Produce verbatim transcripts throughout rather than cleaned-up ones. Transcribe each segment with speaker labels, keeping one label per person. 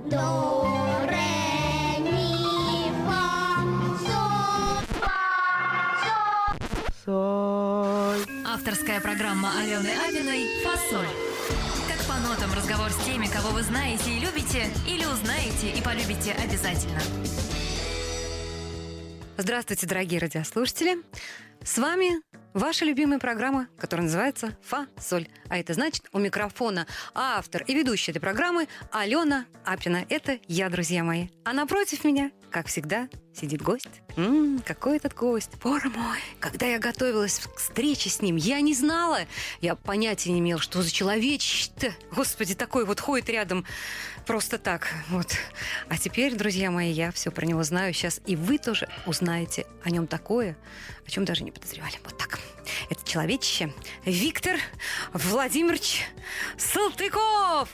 Speaker 1: до, ре, ми, фа, соль, фа, соль.
Speaker 2: Соль. Авторская программа Алены Апиной «Фасоль». Как по нотам разговор с теми, кого вы знаете и любите, или узнаете и полюбите обязательно.
Speaker 3: Здравствуйте, дорогие радиослушатели. С вами ваша любимая программа, которая называется «Фа-соль». А это значит, у микрофона автор и ведущая этой программы Алена Апина. Это я, друзья мои. А напротив меня, как всегда, сидит гость. М-м, какой этот гость? Боже мой! Когда я готовилась к встрече с ним, я не знала, я понятия не имела, что за человечище-то, господи, такой вот ходит рядом просто так. Вот. А теперь, друзья мои, я все про него знаю сейчас, и вы тоже узнаете о нем такое, о чем даже не подозревали. Вот так. Это человечище Виктор Владимирович Салтыков!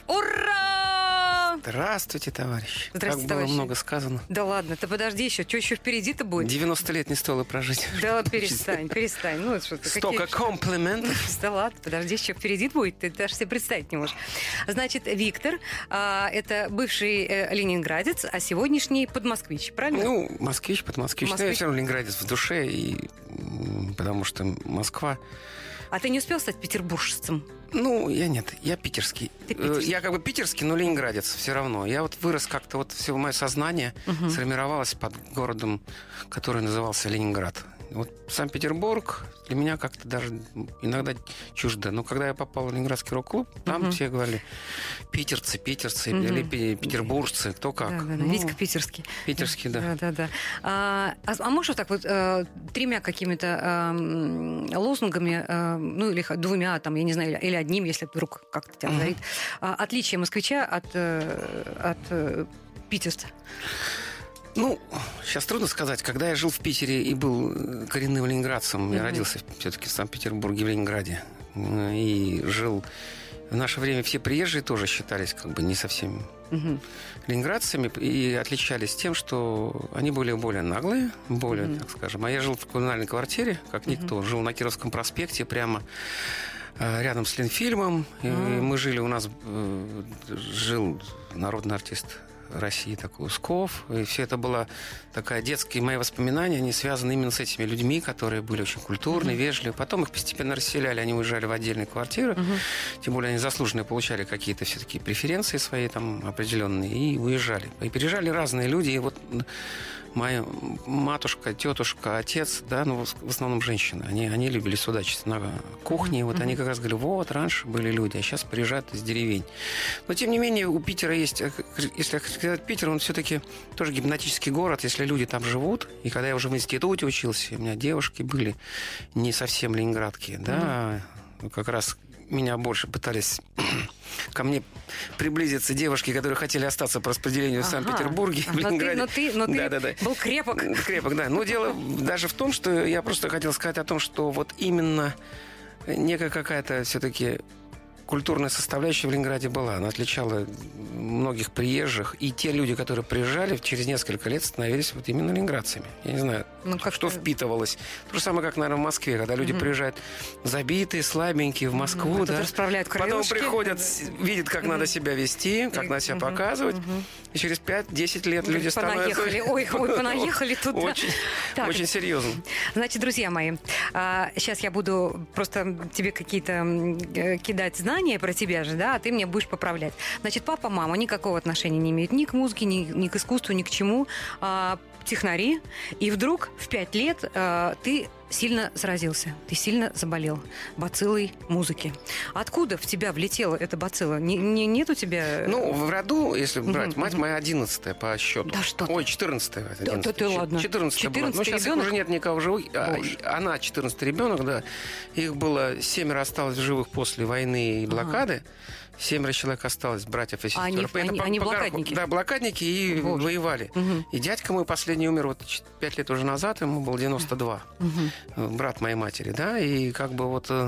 Speaker 3: Ура!
Speaker 4: Здравствуйте, товарищ.
Speaker 3: Здравствуйте,
Speaker 4: как
Speaker 3: товарищи.
Speaker 4: было много сказано.
Speaker 3: Да ладно, ты подожди еще. Что еще впереди-то будет?
Speaker 4: девяносто лет не стоило прожить.
Speaker 3: Да перестань, перестань. Ну, что ты,
Speaker 4: Столько
Speaker 3: какие...
Speaker 4: комплиментов.
Speaker 3: Да ладно, подожди, еще впереди будет. Ты даже себе представить не можешь. Значит, Виктор, а, это бывший э, ленинградец, а сегодняшний подмосквич, правильно?
Speaker 4: Ну, москвич, подмосквич.
Speaker 3: Москвич.
Speaker 4: Но я все равно ленинградец в душе, и... потому что Москва...
Speaker 3: А ты не успел стать петербуржцем?
Speaker 4: Ну, я нет, я питерский.
Speaker 3: Ты питерский.
Speaker 4: Я как бы питерский, но ленинградец все равно. Я вот вырос как-то, вот все мое сознание
Speaker 3: Угу.
Speaker 4: сформировалось под городом, который назывался Ленинград. Вот Санкт-Петербург для меня как-то даже иногда чуждо. Но когда я попал в Ленинградский рок-клуб, там
Speaker 3: Мгм.
Speaker 4: все говорили питерцы, питерцы,
Speaker 3: Мгм.
Speaker 4: или пе- петербуржцы, кто как.
Speaker 3: Да, да, да.
Speaker 4: Ну,
Speaker 3: Витька питерский.
Speaker 4: питерский, да.
Speaker 3: Да, да, да. А, а, а можешь вот так вот э, тремя какими-то э, м, лозунгами, э, ну или х- двумя, там, я не знаю, или, или одним, если вдруг как-то тебя
Speaker 4: Мгм.
Speaker 3: горит, а, отличие москвича от, э, от э, питерца?
Speaker 4: Ну, сейчас трудно сказать. Когда я жил в Питере и был коренным ленинградцем, я
Speaker 3: Мгм.
Speaker 4: родился все-таки в Санкт-Петербурге, в Ленинграде, и жил... В наше время все приезжие тоже считались как бы не совсем
Speaker 3: Мгм.
Speaker 4: ленинградцами и отличались тем, что они были более наглые, более,
Speaker 3: Мгм.
Speaker 4: так скажем. А я жил в коммунальной квартире, как никто. Жил на Кировском проспекте, прямо э, рядом с Ленфильмом. И
Speaker 3: А.
Speaker 4: мы жили, у нас э, жил народный артист России такой Усков. И все это было такая детские мои воспоминания, они связаны именно с этими людьми, которые были очень культурные, вежливые. Потом их постепенно расселяли, они уезжали в отдельные квартиры.
Speaker 3: Мгм.
Speaker 4: Тем более они заслуженные получали какие-то все-таки преференции свои там определенные и уезжали. И переезжали разные люди. И вот моя матушка, тетушка, отец, да, ну, в основном женщины, они, они любили судачить на кухне. Вот они как раз говорили, вот, раньше были люди, а сейчас приезжают из деревень. Но, тем не менее, у Питера есть, если сказать Питер, он все-таки тоже гипнотический город, если люди там живут. И когда я уже в институте учился, у меня девушки были не совсем ленинградки, да, mm-hmm. как раз меня больше пытались ко мне приблизиться девушки, которые хотели остаться по распределению в
Speaker 3: Ага.
Speaker 4: Санкт-Петербурге, в
Speaker 3: Но ты,
Speaker 4: Ленинграде.
Speaker 3: но ты, но ты
Speaker 4: Да, да, да.
Speaker 3: был крепок.
Speaker 4: Крепок, да. Но дело даже в том, что я просто хотел сказать о том, что вот именно некая какая-то все-таки культурная составляющая в Ленинграде была. Она отличала многих приезжих. И те люди, которые приезжали, через несколько лет становились вот именно ленинградцами. Я не знаю,
Speaker 3: Ну, как
Speaker 4: что
Speaker 3: ты-
Speaker 4: впитывалось. То же самое, как, наверное, в Москве, когда люди
Speaker 3: Мгм.
Speaker 4: приезжают забитые, слабенькие в Москву.
Speaker 3: Мгм. А тут
Speaker 4: да.
Speaker 3: расправляют
Speaker 4: Потом
Speaker 3: крылышки.
Speaker 4: приходят, видят, как
Speaker 3: Мгм.
Speaker 4: надо себя вести, как надо себя
Speaker 3: Мгм.
Speaker 4: показывать.
Speaker 3: Мгм.
Speaker 4: И через пять-десять лет люди
Speaker 3: Понаехали.
Speaker 4: становятся...
Speaker 3: Ой, ой, понаехали туда.
Speaker 4: Очень,
Speaker 3: Так.
Speaker 4: очень серьезно.
Speaker 3: Значит, друзья мои, а, сейчас я буду просто тебе какие-то м, э, кидать знания про тебя же, да, а ты мне будешь поправлять. Значит, папа, мама никакого отношения не имеют ни к музыке, ни, ни к искусству, ни к чему. А, технари. И вдруг в пять лет а, ты сильно заразился, ты сильно заболел бациллой музыки. Откуда в тебя влетела эта бацилла? Не, не, нет у тебя...
Speaker 4: Ну, в роду, если брать,
Speaker 3: Мгм,
Speaker 4: мать
Speaker 3: мгм.
Speaker 4: моя одиннадцатая по счету.
Speaker 3: Да что ты.
Speaker 4: Ой, четырнадцатая.
Speaker 3: Да, да ты ладно.
Speaker 4: четырнадцатая была. Ну,
Speaker 3: четырнадцатый
Speaker 4: сейчас
Speaker 3: ребенок?
Speaker 4: их уже нет никого в живых. А,
Speaker 3: Боже.
Speaker 4: она четырнадцатый ребенок, да. Их было семеро осталось в живых после войны и блокады. Семеро человек осталось, братьев и сестер.
Speaker 3: А они-
Speaker 4: Это
Speaker 3: они-
Speaker 4: по-
Speaker 3: они
Speaker 4: по гороху.
Speaker 3: блокадники?
Speaker 4: Да, блокадники и
Speaker 3: Боже.
Speaker 4: воевали.
Speaker 3: Мгм.
Speaker 4: И дядька мой последний умер вот пять лет уже назад, ему было девяносто два.
Speaker 3: Мгм.
Speaker 4: Брат моей матери, да, и как бы вот э,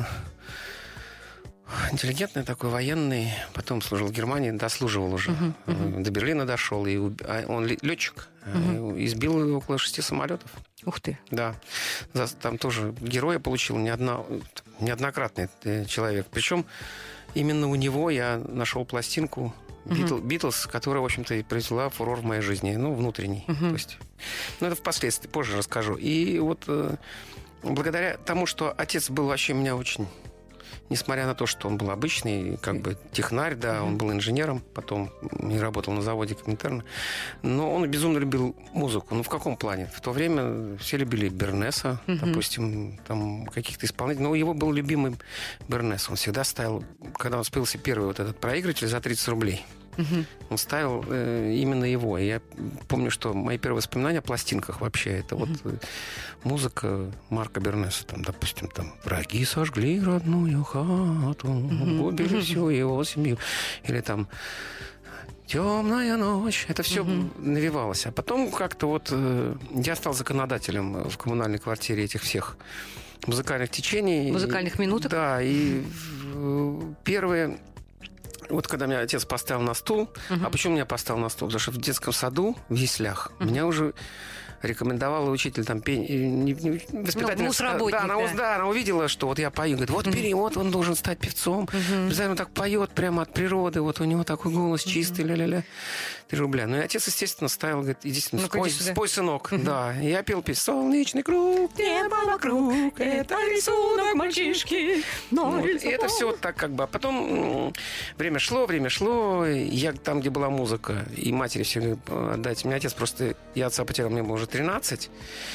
Speaker 4: интеллигентный такой, военный, потом служил в Германии, дослуживал уже,
Speaker 3: Мгм,
Speaker 4: э, до Берлина дошел, и уб- а он ле- летчик, э, избил около шести самолетов,
Speaker 3: Ух ты.
Speaker 4: да, За- там тоже героя получил не одна, неоднократный э, человек, причем именно у него я нашел пластинку Битл, Битлз, которая, в общем-то, и произвела фурор в моей жизни, ну, внутренний.
Speaker 3: Uh-huh.
Speaker 4: То есть, ну, это впоследствии, позже расскажу. И вот э, благодаря тому, что отец был вообще у меня очень... Несмотря на то, что он был обычный, как бы технарь, да, uh-huh. он был инженером, потом не работал на заводе Коминтерна, но он безумно любил музыку. Ну, в каком плане? В то время все любили Бернеса, uh-huh. допустим, там каких-то исполнителей. Но его был любимый Бернес. Он всегда ставил, когда он спелся первый вот этот проигрыватель за тридцать рублей, uh-huh. он ставил э, именно его. И я помню, что мои первые воспоминания о пластинках вообще, это uh-huh. вот э, музыка Марка Бернеса, там, допустим, там «Враги сожгли родную хату, uh-huh. убили всю его семью». Или там «Темная ночь». Это все uh-huh. навевалось. А потом как-то вот э, я стал законодателем в коммунальной квартире этих всех музыкальных течений.
Speaker 3: Музыкальных минуток?
Speaker 4: Да, и э, первые... Вот когда меня отец поставил на стул, uh-huh. а почему меня поставил на стул? Потому что в детском саду, в яслях, uh-huh. меня уже рекомендовала учитель там пение, воспитательница. Ну, да, она, да. да, она увидела, что вот я пою, говорит, вот бери, uh-huh. вот он должен стать певцом. Uh-huh. Обязательно так поет прямо от природы, вот у него такой голос чистый, uh-huh. ля-ля-ля. Три рубля. Ну и отец, естественно, ставил, говорит, иди спой, спой, сынок. Uh-huh. Да. И я пел песню «Солнечный круг, небо вокруг, это рисунок мальчишки». Вот. И это все вот так как бы. А потом время шло, время шло, я там, где была музыка, и матери все отдать. У меня отец просто, я отца потерял, мне было уже тринадцать,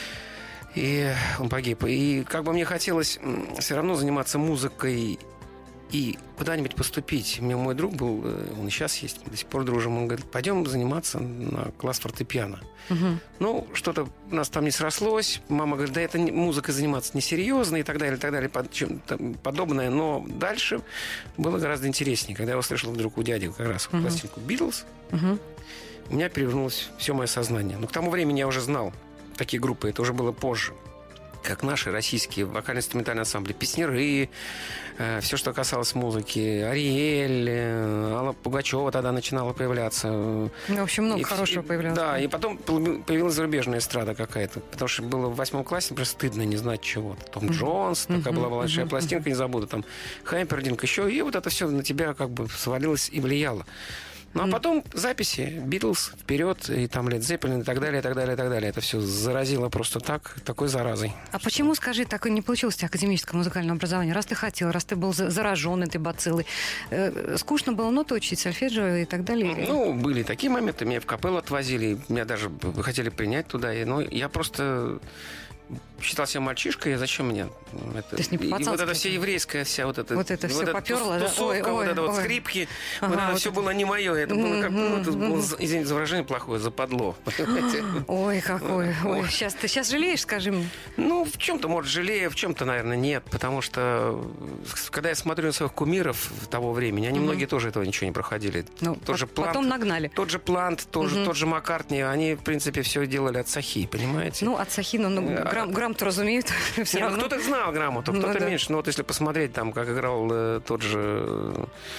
Speaker 4: и он погиб. И как бы мне хотелось все равно заниматься музыкой и куда-нибудь поступить. У меня мой друг был, он и сейчас есть, мы до сих пор дружим, он говорит, пойдем заниматься на класс фортепиано. Uh-huh. Ну, что-то у нас там не срослось. Мама говорит, да это музыкой заниматься несерьезно и так далее, и так далее, подобное. Но дальше было гораздо интереснее, когда я услышал вдруг у дяди как раз uh-huh. пластинку «Битлз», uh-huh. у меня перевернулось все мое сознание. Но к тому времени я уже знал такие группы, это уже было позже. Как наши российские вокально-инструментальные ансамбли, песняры, э, все, что касалось музыки, Ариэль, э, Алла Пугачева тогда начинала появляться.
Speaker 3: Ну, в общем, много и, хорошего появлялось.
Speaker 4: Да, и потом появилась зарубежная эстрада какая-то, потому что было в восьмом классе, например, стыдно не знать чего-то. Том mm-hmm. Джонс, такая mm-hmm. была большая mm-hmm. пластинка, не забуду, там Хаймпердинг еще, и вот это все на тебя как бы свалилось и влияло. Ну, а потом записи, Битлз, вперед, и там Лед Зеппелин, и так далее, и так далее, и так далее. Это все заразило просто так, такой заразой.
Speaker 3: А почему, скажи, так и не получилось у тебя академическое музыкальное образование? Раз ты хотел, раз ты был заражен этой бациллой, э, скучно было ноты учить, сольфеджио и так далее?
Speaker 4: Ну, были такие моменты. Меня в капеллу отвозили, меня даже хотели принять туда. И, ну, я просто... считал себя мальчишкой, и зачем мне это?
Speaker 3: То есть не
Speaker 4: и вот это все еврейское, вся вот это...
Speaker 3: Вот это все
Speaker 4: вот
Speaker 3: поперло,
Speaker 4: да? Тусовка, ой, вот это ой. Вот скрипки, ага, вот это вот все это... было не мое. Это было как, ну, это было, извините за выражение плохое, западло.
Speaker 3: Ой, какой. Ой, сейчас, ты сейчас жалеешь, скажи мне?
Speaker 4: Ну, в чем-то, может, жалею, в чем-то, наверное, нет. Потому что, когда я смотрю на своих кумиров того времени, они многие тоже этого ничего не проходили.
Speaker 3: Ну,
Speaker 4: тот же Плант,
Speaker 3: потом нагнали.
Speaker 4: Тот же Плант, тот же Маккартни, они, в принципе, все делали от сахи, понимаете?
Speaker 3: Ну, от сахи, ну, грамм-то разумеют.
Speaker 4: Не, ну, кто-то знал грамоту, кто-то ну, да. меньше. Но вот если посмотреть, там, как играл э, тот же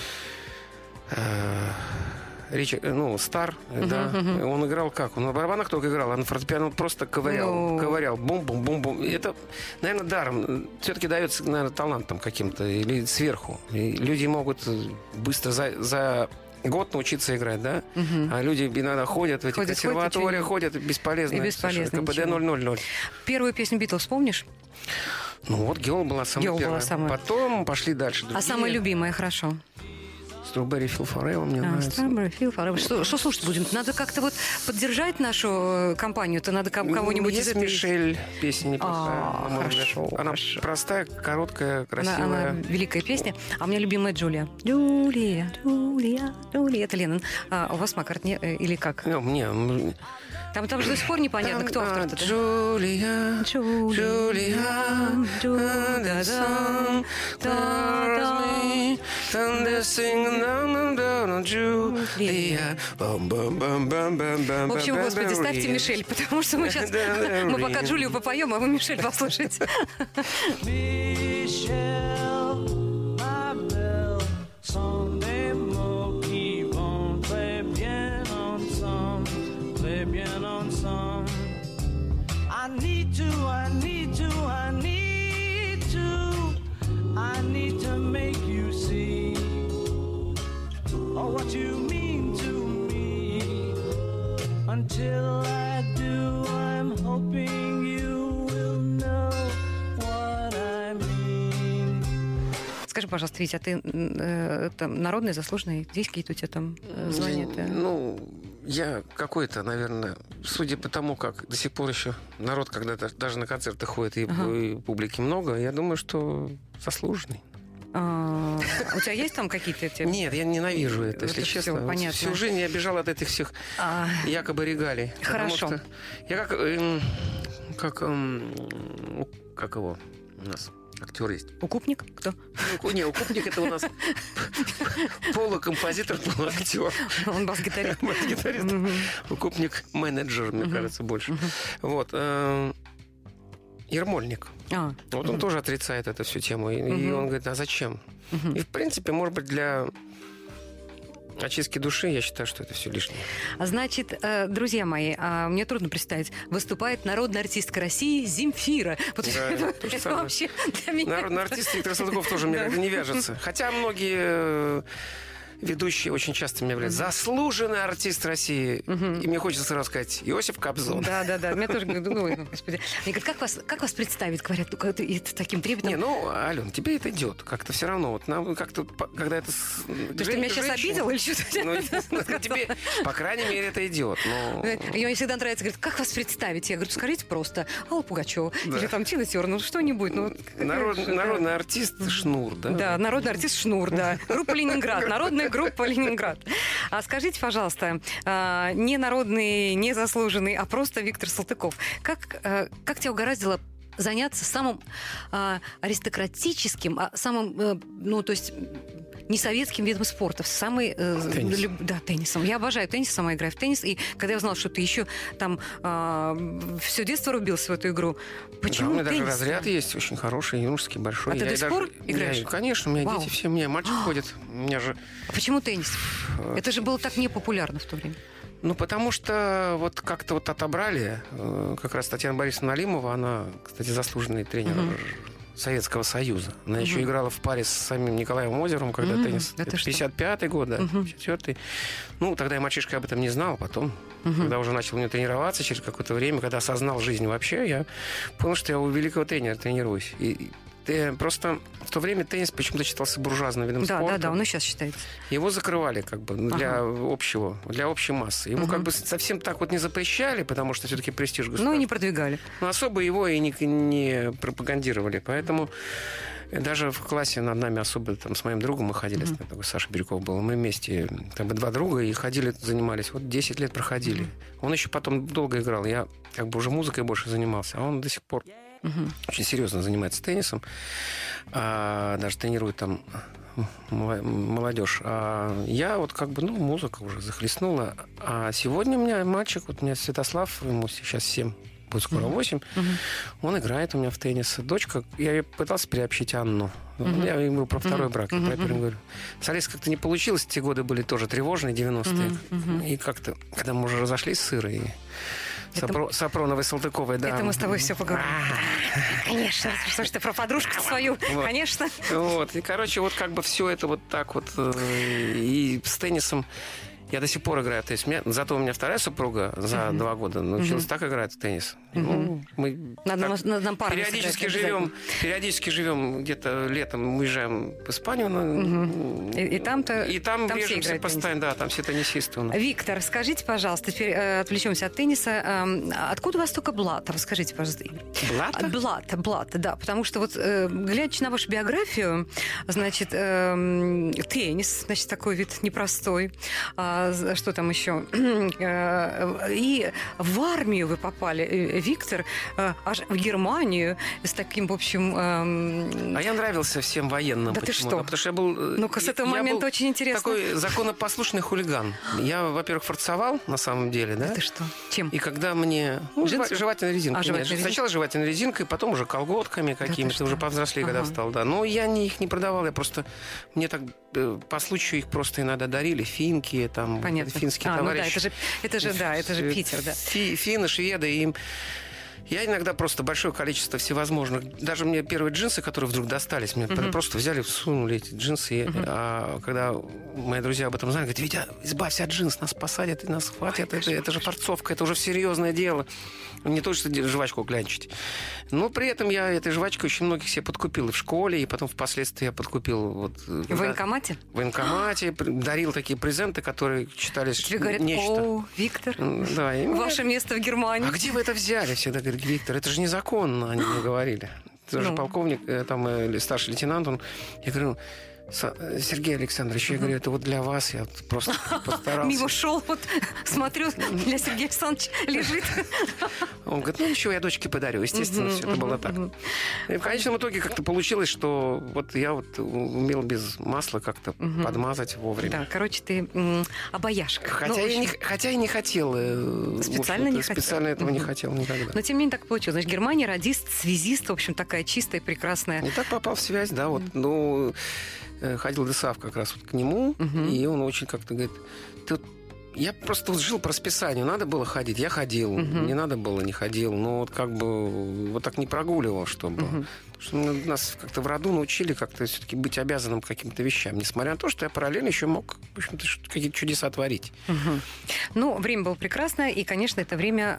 Speaker 4: э, Рич, ну, Стар, uh-huh, да, uh-huh. он играл как? Он на барабанах только играл, а на фортепиано он просто ковырял, no. ковырял, бум-бум-бум-бум. И это, наверное, даром. Все-таки дается, наверное, талантом каким-то или сверху. И люди могут быстро за... за год научиться играть, да? Угу. А люди иногда ходят в эти ходят, консерватории, ходят, ходят бесполезно.
Speaker 3: И бесполезно.
Speaker 4: КПД ноль ноль ноль.
Speaker 3: Первую песню «Битлз» помнишь?
Speaker 4: Ну вот «Геол» была самая
Speaker 3: Геол
Speaker 4: первая.
Speaker 3: Была самая...
Speaker 4: Потом пошли дальше.
Speaker 3: Другие. А самая любимая, хорошо?
Speaker 4: «Strawberry Field Forever» мне
Speaker 3: а,
Speaker 4: нравится.
Speaker 3: «Strawberry Field Forever». Что, что слушать будем? Надо как-то вот поддержать нашу компанию-то, надо кого-нибудь
Speaker 4: из этой... Мишель, песня неплохая.
Speaker 3: А, хорошо,
Speaker 4: она
Speaker 3: хорошо.
Speaker 4: простая, короткая, красивая.
Speaker 3: Она, она великая песня. А у меня любимая Джулия. Джулия, Джулия, Джулия. Это Леннон. А у вас Маккартни или как?
Speaker 4: Ну, мне...
Speaker 3: Там, там же до сих пор непонятно, кто автор-то.
Speaker 4: Джулия, Джулия, Джулия,
Speaker 3: в общем, господи, ставьте Мишель, потому что мы сейчас, мы пока Джулию попоем, а вы Мишель послушайте.
Speaker 5: I need to, I need to, I need to, I need to make you see oh, what you mean Until I do, I'm hoping you will know what I mean.
Speaker 3: Скажи, пожалуйста, Витя, а ты э, там, народный, заслуженный? Здесь какие-то у тебя там э, звания-то?
Speaker 4: Ну, я какой-то, наверное, судя по тому, как до сих пор еще народ, когда даже на концерты ходит, и,
Speaker 3: Ага.
Speaker 4: и публики много, я думаю, что заслуженный.
Speaker 3: А, у тебя есть там какие-то... эти-
Speaker 4: Нет, я ненавижу это, если
Speaker 3: Это всё
Speaker 4: честно. Вот
Speaker 3: понятно.
Speaker 4: всю жизнь я бежал от этих всех
Speaker 3: А,
Speaker 4: якобы регалий. Потому
Speaker 3: Хорошо.
Speaker 4: что я как... эм, как... эм, у- как его у нас? Актер есть.
Speaker 3: укупник? Кто?
Speaker 4: Ну, не, укупник это у нас полукомпозитор, полуактер.
Speaker 3: Он бас-гитарист.
Speaker 4: Бас-гитарист.
Speaker 3: Мгм.
Speaker 4: Укупник менеджер, мне кажется, больше. Вот. э, Ермольник.
Speaker 3: А,
Speaker 4: Вот он тоже отрицает эту всю тему. И, и
Speaker 3: Мгм.
Speaker 4: он говорит, а зачем?
Speaker 3: мгм.
Speaker 4: И, в принципе, может быть, для очистки души я считаю, что это все лишнее.
Speaker 3: А Значит, э, друзья мои, а, мне трудно представить, выступает народная артистка России Земфира. Вот
Speaker 4: Да,
Speaker 3: это,
Speaker 4: то же
Speaker 3: это
Speaker 4: самое.
Speaker 3: вообще для меня...
Speaker 4: Народный артист Виктор Салтыков тоже мне
Speaker 3: Да.
Speaker 4: как-то не вяжется. Хотя многие э, ведущие очень часто меня являются заслуженный артист России.
Speaker 3: Мгм.
Speaker 4: И мне хочется сразу сказать Иосиф Кобзон.
Speaker 3: Да, да, да. Меня тоже говорят, ой, господи. Мне говорят, как вас, как вас представить? Говорят, ну, как-то и с таким трепетом.
Speaker 4: Не, ну, Ален, тебе это идет. Как-то все равно. Вот нам как-то, по- когда это... с-
Speaker 3: Ты что, меня сейчас
Speaker 4: женщина-
Speaker 3: обидел или что-то?
Speaker 4: Ну, ну, тебе, по крайней мере, это идет. Ну,
Speaker 3: И мне всегда нравится, говорит, как вас представить? Я говорю, скажите просто Алла Пугачева
Speaker 4: Да.
Speaker 3: или там Тина Тернер, ну что-нибудь. Ну, вот какая
Speaker 4: народ-
Speaker 3: же, да.
Speaker 4: народный артист Шнур, да?
Speaker 3: Да, народный артист Шнур, да. Группа Ленинград, народная группа Ленинград. А скажите, пожалуйста, а, не народный, не заслуженный, а просто Виктор Салтыков. Как, а, как тебя угораздило заняться самым а, аристократическим, а, самым, э, ну, то есть не советским видом спорта, самый... э,
Speaker 4: Теннис.
Speaker 3: люб- Да, теннисом. Я обожаю теннис, сама играю в теннис. И когда я узнала, что ты еще там все детство рубился в эту игру,
Speaker 4: Да,
Speaker 3: почему
Speaker 4: у меня даже
Speaker 3: теннис?
Speaker 4: разряд есть очень хороший, юношеский, большой.
Speaker 3: А ты
Speaker 4: Я
Speaker 3: до
Speaker 4: и
Speaker 3: сих
Speaker 4: даже-
Speaker 3: пор играешь?
Speaker 4: Я- конечно, у меня
Speaker 3: Вау.
Speaker 4: дети все, у меня мальчик ходит. У меня же...
Speaker 3: А почему теннис? Это же было так непопулярно в то время.
Speaker 4: Ну, потому что вот как-то вот отобрали, э, как раз Татьяна Борисовна Налимова, она, кстати, заслуженный тренер
Speaker 3: Мгм.
Speaker 4: Советского Союза. Она
Speaker 3: Мгм.
Speaker 4: еще играла в паре с самим Николаем Озеровым, когда
Speaker 3: Мгм.
Speaker 4: теннис...
Speaker 3: Да ты
Speaker 4: Это
Speaker 3: что?
Speaker 4: пятьдесят пятый год, да,
Speaker 3: Мгм.
Speaker 4: пятьдесят четвёртый. Ну, тогда я мальчишка об этом не знал. Потом,
Speaker 3: Мгм.
Speaker 4: когда уже начал мне тренироваться через какое-то время, когда осознал жизнь вообще, я понял, что я у великого тренера тренируюсь. И, и ты просто в то время теннис почему-то считался буржуазным видом
Speaker 3: Да,
Speaker 4: спорта.
Speaker 3: да, да, он и сейчас считается.
Speaker 4: Его закрывали как бы для общего, для общей массы. Ему
Speaker 3: Мгм.
Speaker 4: как бы совсем так вот не запрещали, потому что все-таки престиж
Speaker 3: Ну и
Speaker 4: государства.
Speaker 3: не продвигали.
Speaker 4: Но особо его и не, не пропагандировали. Поэтому даже в классе над нами особо там с моим другом мы ходили,
Speaker 3: Мгм.
Speaker 4: такой Саша Бирюков был, мы вместе, как бы два друга, и ходили, занимались. Вот десять лет проходили. Он еще потом долго играл. Я как бы уже музыкой больше занимался, а он до сих пор
Speaker 3: Мгм.
Speaker 4: очень серьезно занимается теннисом. А, даже тренирует там мала- молодежь. А я вот как бы, ну, музыка уже захлестнула. А сегодня у меня мальчик, вот у меня Святослав, ему сейчас семь, будет скоро восемь.
Speaker 3: Мгм.
Speaker 4: Он играет у меня в теннис. Дочка, я ее пытался приобщить Анну.
Speaker 3: Мгм.
Speaker 4: Я говорю про второй
Speaker 3: Мгм.
Speaker 4: брак. Я
Speaker 3: Мгм.
Speaker 4: про первый говорю. С Алисой как-то не получилось. Те годы были тоже тревожные, девяностые.
Speaker 3: Мгм. Мгм.
Speaker 4: И как-то, когда мы уже разошлись с Ирой,
Speaker 3: Это-
Speaker 4: Сапро- Сапроновой, Салтыковой, да.
Speaker 3: Это мы с тобой все поговорим.
Speaker 4: А.
Speaker 3: Конечно. Что ж ты про подружку свою?
Speaker 4: Вот.
Speaker 3: Конечно.
Speaker 4: Вот. И, короче, вот как бы все это вот так вот. э, И с теннисом я до сих пор играю в теннис. У меня- зато у меня вторая супруга за
Speaker 3: Мгм.
Speaker 4: два года научилась
Speaker 3: Мгм.
Speaker 4: так играть в теннис.
Speaker 3: Мгм.
Speaker 4: Ну, мы
Speaker 3: Надо,
Speaker 4: так
Speaker 3: нам- надо нам пару
Speaker 4: периодически
Speaker 3: сыграть
Speaker 4: живем,
Speaker 3: обязательно.
Speaker 4: периодически живем где-то летом, уезжаем в Испанию. на-
Speaker 3: Мгм. И- и там-то-
Speaker 4: и там,
Speaker 3: там все
Speaker 4: режемся
Speaker 3: играют в теннис.
Speaker 4: постоянно, да, там все теннисисты у нас.
Speaker 3: Виктор, скажите, пожалуйста, теперь э, отвлечемся от тенниса. Эм, откуда у вас только блат? Расскажите, пожалуйста.
Speaker 4: Блата?
Speaker 3: Блат, блат, да. Потому что вот, э, глядя на вашу биографию, значит, эм, теннис, значит, такой вид непростой. А, з- что там еще? Э, И в армию вы попали, э, Виктор, э, аж в Германию с таким, в общем... эм,
Speaker 4: А я нравился всем военным.
Speaker 3: Да ты
Speaker 4: почему-то,
Speaker 3: что?
Speaker 4: Потому что я был... э,
Speaker 3: Ну-ка, с
Speaker 4: я-
Speaker 3: этого
Speaker 4: я
Speaker 3: момента
Speaker 4: был
Speaker 3: очень интересно.
Speaker 4: такой законопослушный хулиган. Я, во-первых, форцовал, на самом деле, да?
Speaker 3: Да ты что? Чем?
Speaker 4: И когда мне... Ну, жева-
Speaker 3: Джинсы?
Speaker 4: жевательной резинкой.
Speaker 3: А,
Speaker 4: нет.
Speaker 3: жевательной
Speaker 4: Сначала жевательной резинкой, потом уже колготками
Speaker 3: ты
Speaker 4: какими-то,
Speaker 3: что?
Speaker 4: уже повзрослее, когда
Speaker 3: Ага.
Speaker 4: встал, да. Но я не, их не продавал, я просто... Мне так э, по случаю их просто иногда дарили. Финки, там,
Speaker 3: Понятно.
Speaker 4: финские
Speaker 3: А, ну да,
Speaker 4: товарищи.
Speaker 3: это же, это же, да, это же
Speaker 4: Э,
Speaker 3: Питер, да.
Speaker 4: Фи- Финны, шведы, им... Я иногда просто большое количество всевозможных... Даже мне первые джинсы, которые вдруг достались, мне uh-huh. просто взяли, всунули эти джинсы. Uh-huh. А когда мои друзья об этом знали, говорят: Витя, избавься от джинс, нас посадят и нас хватит. Ой, это, это же форцовка, это уже серьезное дело. Не то, что жвачку клянчить. Но при этом я этой жвачкой очень многих себе подкупил и в школе, и потом впоследствии я подкупил... Вот,
Speaker 3: в да, военкомате?
Speaker 4: В военкомате. Дарил такие презенты, которые считались
Speaker 3: тебе говорят:
Speaker 4: нечто.
Speaker 3: О, Виктор,
Speaker 4: да, и
Speaker 3: ваше место в Германии.
Speaker 4: А где вы это взяли? Всегда говорят: Виктор, это же незаконно, они мне говорили. Даже ну. полковник, там, или старший лейтенант, он... Я говорю: Сергей Александрович, я говорю, это вот для вас, я просто постарался.
Speaker 3: Мимо шел, вот смотрю, для Сергея Александровича лежит.
Speaker 4: Он говорит: ну ничего, я дочке подарю. Естественно, все это было так. И в конечном итоге как-то получилось, что вот я вот умел без масла как-то подмазать вовремя.
Speaker 3: Да, короче, ты м- обаяшка.
Speaker 4: Хотя, ну, я не, хотя я не хотел.
Speaker 3: Специально не хотел.
Speaker 4: Специально этого не хотел никогда.
Speaker 3: Но тем не менее так получилось. Значит, Германия, радист, связист, в общем, такая чистая, прекрасная.
Speaker 4: И так попал в связь, да, вот. Ну... Ходил ДСАФ как раз вот к нему, uh-huh. и он очень как-то говорит: ты вот... я просто вот жил по расписанию, надо было ходить, я ходил, uh-huh. не надо было, не ходил, но вот как бы вот так не прогуливал, чтобы... Uh-huh. Что нас как-то в роду научили как-то все-таки быть обязанным к каким-то вещам, несмотря на то, что я параллельно еще мог, в общем-то, какие-то чудеса творить.
Speaker 3: Uh-huh. Ну, время было прекрасное, и, конечно, это время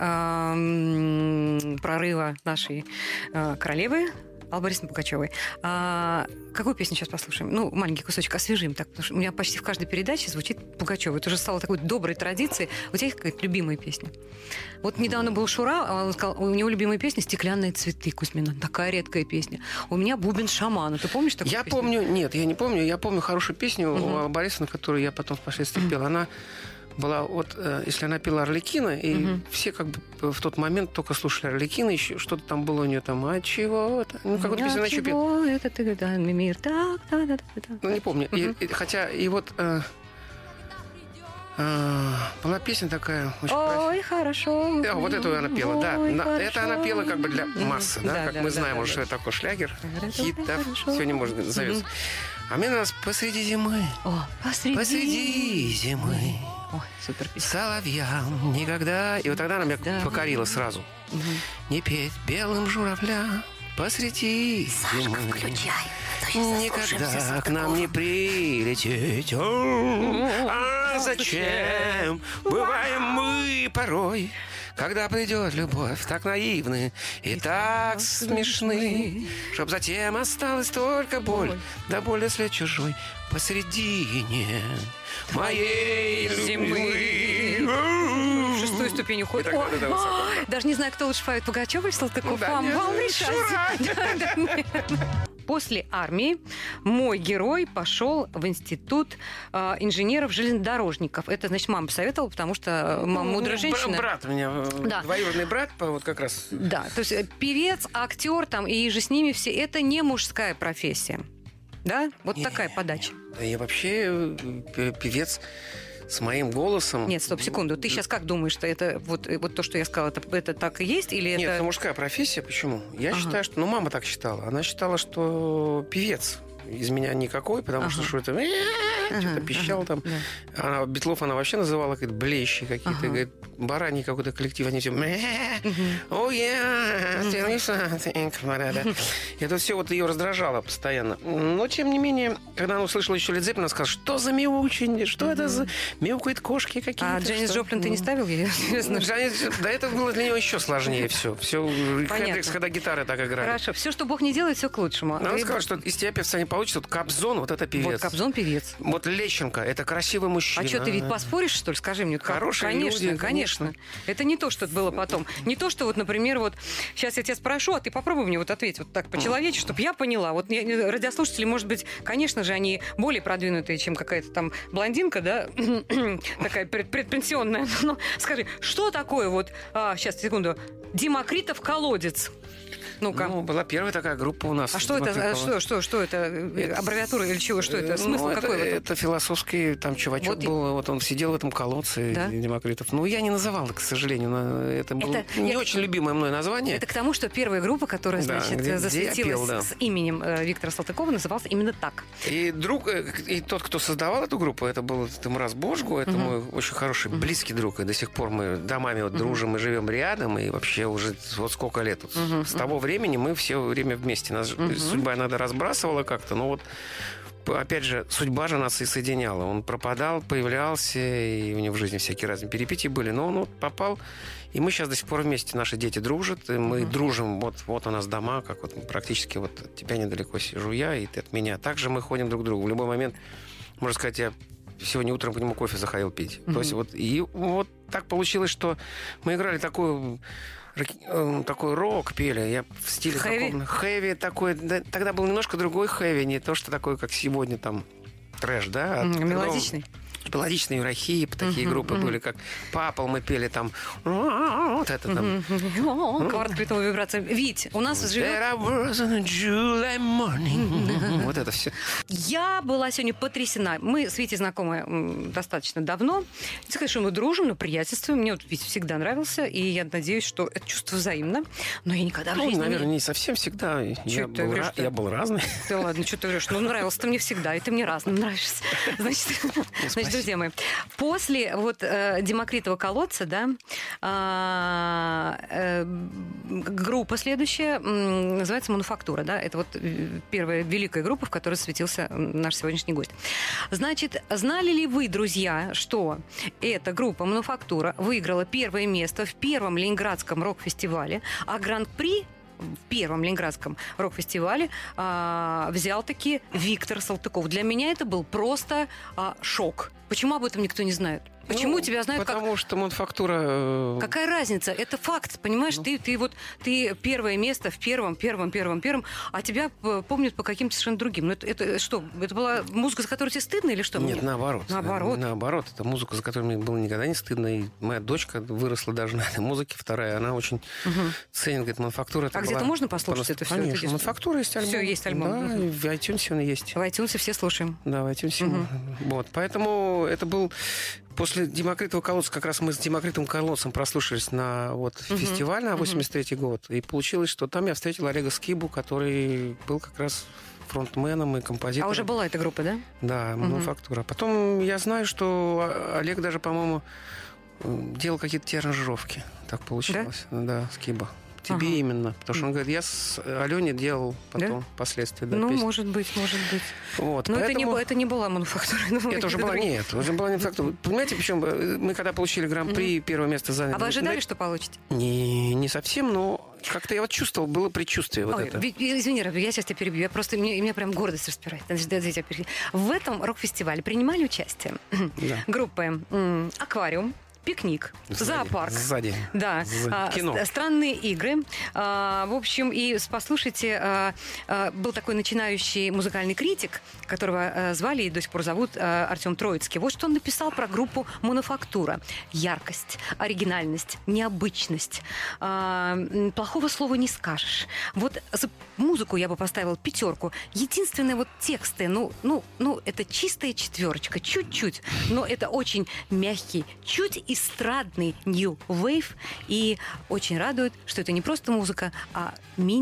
Speaker 3: э, прорыва нашей э, королевы Аллы Борисовны Пугачевой. А какую песню сейчас послушаем? Ну, маленький кусочек освежим. Так, потому что у меня почти в каждой передаче звучит Пугачева. Это уже стало такой доброй традицией. У тебя есть какая-то любимая песня? Вот недавно был Шура, он сказал, у него любимая песня «Стеклянные цветы» Кузьмина. Такая редкая песня. У меня «Бубен шамана». Ты помнишь такую
Speaker 4: я
Speaker 3: песню? Я
Speaker 4: помню, нет, я не помню. Я помню хорошую песню uh-huh. у Аллы Борисовны, которую я потом впоследствии uh-huh. пел. Она была вот, если она пела Арлекина, и угу. все как бы в тот момент только слушали Арлекина, еще что-то там было у нее там, а чего-то. Ну, какую-то песню она еще пела.
Speaker 3: Это ты, да, мир, так, так, так, так.
Speaker 4: Ну, не помню. Угу. И, и, хотя, и вот э, э, была песня такая очень
Speaker 3: Ой,
Speaker 4: красивая.
Speaker 3: хорошо.
Speaker 4: Да, вот эту она пела, да. На, это она пела как бы для массы, да,
Speaker 3: да
Speaker 4: как
Speaker 3: да,
Speaker 4: мы
Speaker 3: да,
Speaker 4: знаем
Speaker 3: да,
Speaker 4: уже,
Speaker 3: да.
Speaker 4: что это такой шлягер,
Speaker 3: Хорошо,
Speaker 4: хит, да,
Speaker 3: хорошо.
Speaker 4: сегодня можно зовется. Угу. А мне нас посреди зимы,
Speaker 3: О, посреди...
Speaker 4: посреди зимы.
Speaker 3: Ой, супер песня.
Speaker 4: Соловьям никогда... И вот тогда она меня да. покорила сразу. Угу. Не петь белым журавля посреди зимы. Никогда к нам не прилететь. А зачем бываем мы порой, когда придет любовь, так наивны и так смешны, чтоб затем осталась только боль, да боль след чужой посредине моей зимы.
Speaker 3: В шестую ступень уходит. Ой, ой, ой, даже не знаю, кто лучше поет, Пугачева или Салтыков. Да, вам, вам решать. После армии мой герой пошел в институт э, инженеров-железнодорожников. Это, значит, мама посоветовала, потому что мама мудрая женщина.
Speaker 4: Брат у меня, да. двоюродный брат, вот как раз.
Speaker 3: Да, то есть певец, актер там и же с ними все, это не мужская профессия. Да? Вот не, такая подача.
Speaker 4: Да я вообще певец с моим голосом.
Speaker 3: Нет, стоп, секунду. Ты сейчас как думаешь, что это вот, вот то, что я сказала, это, это так и есть? Или
Speaker 4: Нет,
Speaker 3: это...
Speaker 4: это мужская профессия. Почему? Я
Speaker 3: ага.
Speaker 4: считаю, что... Ну, мама так считала. Она считала, что певец из меня никакой, потому ага. что что-то... Ага. Что-то пищал ага. там. Да. А Битлов она вообще называла как блещи какие-то. Ага. Говорит, бараний какой-то коллектив. Они все... О, я... Это все вот ее раздражало постоянно. Но, тем не менее, когда она услышала еще Лед Зеппелин, она сказала, что за мяучень, что это за... Мяукают кошки какие-то.
Speaker 3: А Джанис Джоплин ты не ставил?
Speaker 4: Да, это было для нее еще сложнее все. Все Хендрикс, когда гитары так играли.
Speaker 3: Хорошо. Все, что Бог не делает, все к лучшему.
Speaker 4: Она сказала, что из тебя певца не получится. Вот Кобзон, вот это певец.
Speaker 3: Вот Кобзон певец.
Speaker 4: Вот Лещенко, это красивый мужчина.
Speaker 3: А что, ты ведь поспоришь, что ли? Скажи мне.
Speaker 4: Хорошие
Speaker 3: конечно,
Speaker 4: люди,
Speaker 3: конечно, конечно. Это не то, что было потом. Не то, что вот, например, вот сейчас я тебя спрошу, а ты попробуй мне вот ответить вот так по-человечески, чтобы я поняла. Вот я, радиослушатели, может быть, конечно же, они более продвинутые, чем какая-то там блондинка, да, такая предпенсионная. Но скажи, что такое вот, а, сейчас, секунду, Демокритов колодец? Ну-ка.
Speaker 4: Ну, была первая такая группа у нас.
Speaker 3: А что это?
Speaker 4: Димакрит
Speaker 3: а Что, что, что это?
Speaker 4: Это-
Speaker 3: Аббревиатура или чего? Что это?
Speaker 4: Э,
Speaker 3: Смысл
Speaker 4: ну,
Speaker 3: какой в
Speaker 4: это,
Speaker 3: этом?
Speaker 4: это философский там чувачок
Speaker 3: Вот и-
Speaker 4: был, вот он сидел в этом колодце,
Speaker 3: Да?
Speaker 4: Демокритов. Ну, я не называл, к сожалению, но это было
Speaker 3: Это-
Speaker 4: не
Speaker 3: я-
Speaker 4: очень любимое мной название.
Speaker 3: Это к тому, что первая группа, которая,
Speaker 4: Да,
Speaker 3: значит,
Speaker 4: где- где я
Speaker 3: засветилась
Speaker 4: пел, да.
Speaker 3: с именем э, Виктора Салтыкова, называлась именно так.
Speaker 4: И друг, э, и тот, кто создавал эту группу, это был Тимураз Божгу, это мой очень хороший, близкий друг, и до сих пор мы домами вот дружим и живем рядом, и вообще уже вот сколько лет. Вот с того времени мы все время вместе. Нас ж- судьба иногда разбрасывала как-то, но вот опять же, судьба же нас и соединяла. Он пропадал, появлялся, и у него в жизни всякие разные перипетии были, но он вот попал, и мы сейчас до сих пор вместе. Наши дети дружат, и мы дружим. Вот, вот у нас дома, как вот практически вот от тебя недалеко сижу я, и ты от меня. Также мы ходим друг к другу. В любой момент, можно сказать, я сегодня утром к нему кофе заходил пить. То есть вот, и вот так получилось, что мы играли такую... рок- э, такой рок пели, я в стиле
Speaker 3: Хэви?
Speaker 4: каком хэви такой, да, тогда был немножко другой хэви, не то, что такой, как сегодня там трэш, да, а
Speaker 3: М,
Speaker 4: когда
Speaker 3: Мелодичный.
Speaker 4: мелодичные Еврохип, такие группы были, как Папл, мы пели там, вот это там.
Speaker 3: Кварт притовая вибрация. Вить, у нас живет...
Speaker 4: There I was on a July morning. Вот это все.
Speaker 3: Я была сегодня потрясена. Мы с Витей знакомы м, достаточно давно. Не сказать, что мы дружим, но приятельствуем. Мне вот Витя всегда нравился, и я надеюсь, что это чувство взаимно. Но я никогда в
Speaker 4: Ну,
Speaker 3: жизни...
Speaker 4: наверное,
Speaker 3: не...
Speaker 4: не совсем всегда. Я
Speaker 3: ты
Speaker 4: был,
Speaker 3: врешь,
Speaker 4: ра-
Speaker 3: что?
Speaker 4: я был разный.
Speaker 3: Да ладно, что ты врешь? Ну, нравился ты мне всегда, и ты мне разным нравишься. Значит, значит друзья мои, после вот э, Демокритова колодца, да, а, э, группа следующая м, называется «Мануфактура», да, это вот э, первая великая группа, в которой светился м, наш сегодняшний гость. Значит, знали ли вы, друзья, что эта группа «Мануфактура» выиграла первое место в первом Ленинградском рок-фестивале, а гран-при в первом Ленинградском рок-фестивале а, взял таки Виктор Салтыков. Для меня это был просто а, шок. Почему об этом никто не знает? Почему
Speaker 4: Ну,
Speaker 3: тебя знают как...
Speaker 4: Потому что мануфактура... э,
Speaker 3: Какая разница? Это факт, понимаешь? Ты, ты вот ты первое место в первом, первом, первом, первом, а тебя п- помнят по каким-то совершенно другим. Ну это, это что? Это была музыка, за которую тебе стыдно или что?
Speaker 4: Нет, наоборот.
Speaker 3: Наоборот.
Speaker 4: Наоборот. Это музыка, за которой мне было никогда не стыдно. И моя дочка выросла даже на этой музыке. Вторая, она очень ценит, говорит, мануфактура. это
Speaker 3: А где-то
Speaker 4: была
Speaker 3: можно послушать это всё?
Speaker 4: Конечно,
Speaker 3: Это есть-
Speaker 4: мануфактура есть альбом.
Speaker 3: Всё, есть альбом.
Speaker 4: Да,
Speaker 3: Мгм.
Speaker 4: и в iTunes он есть.
Speaker 3: В iTunes все слушаем.
Speaker 4: Да, в iTunes. Вот. Поэтому это был... После Демокритова колодца, как раз мы с Демокритовым колодцем прослушались на вот, фестиваль на восемьдесят третий год. И получилось, что там я встретил Олега Скибу, который был как раз фронтменом и композитором.
Speaker 3: А уже была эта группа, да?
Speaker 4: Да, мануфактура. Потом я знаю, что Олег даже, по-моему, делал какие-то те аранжировки. Так получилось. Да, Скиба. Тебе
Speaker 3: Ага.
Speaker 4: именно. Потому что он говорит, я с Алене делал потом впоследствии. Да,
Speaker 3: Ну,
Speaker 4: песню.
Speaker 3: может быть, может быть.
Speaker 4: Вот,
Speaker 3: Но это, не,
Speaker 4: поэтому-
Speaker 3: была- это не была мануфактура. это была
Speaker 4: Это уже
Speaker 3: какая-то
Speaker 4: была,
Speaker 3: другая.
Speaker 4: нет, уже была не фактура. Понимаете, причем мы когда получили гран-при, первое место заняли.
Speaker 3: А вы ожидали,
Speaker 4: на-
Speaker 3: что получите?
Speaker 4: Не, не совсем, но как-то я вот чувствовал, было предчувствие вот
Speaker 3: Ой,
Speaker 4: это.
Speaker 3: ви- ви- извини, Раби, я сейчас тебя перебью. Я просто, мне, меня прям гордость распирает. Подожди, подожди, я тебя перебью. В этом рок-фестивале принимали участие
Speaker 4: Да.
Speaker 3: группы м, «Аквариум», «Пикник»,
Speaker 4: Сзади,
Speaker 3: «Зоопарк».
Speaker 4: Сзади.
Speaker 3: Да,
Speaker 4: Сзади.
Speaker 3: а,
Speaker 4: Кино.
Speaker 3: ст- странные игры. А, в общем, и с- послушайте, а, а, был такой начинающий музыкальный критик, которого а, звали и до сих пор зовут а, Артем Троицкий. Вот что он написал про группу «Мануфактура». Яркость, оригинальность, необычность. А, м, плохого слова не скажешь. Вот за музыку я бы поставила пятерку. Единственное, вот тексты, ну, ну, ну, это чистая четверочка, чуть-чуть, но это очень мягкий, чуть эстрадный new wave, и очень радует, что это не просто музыка, а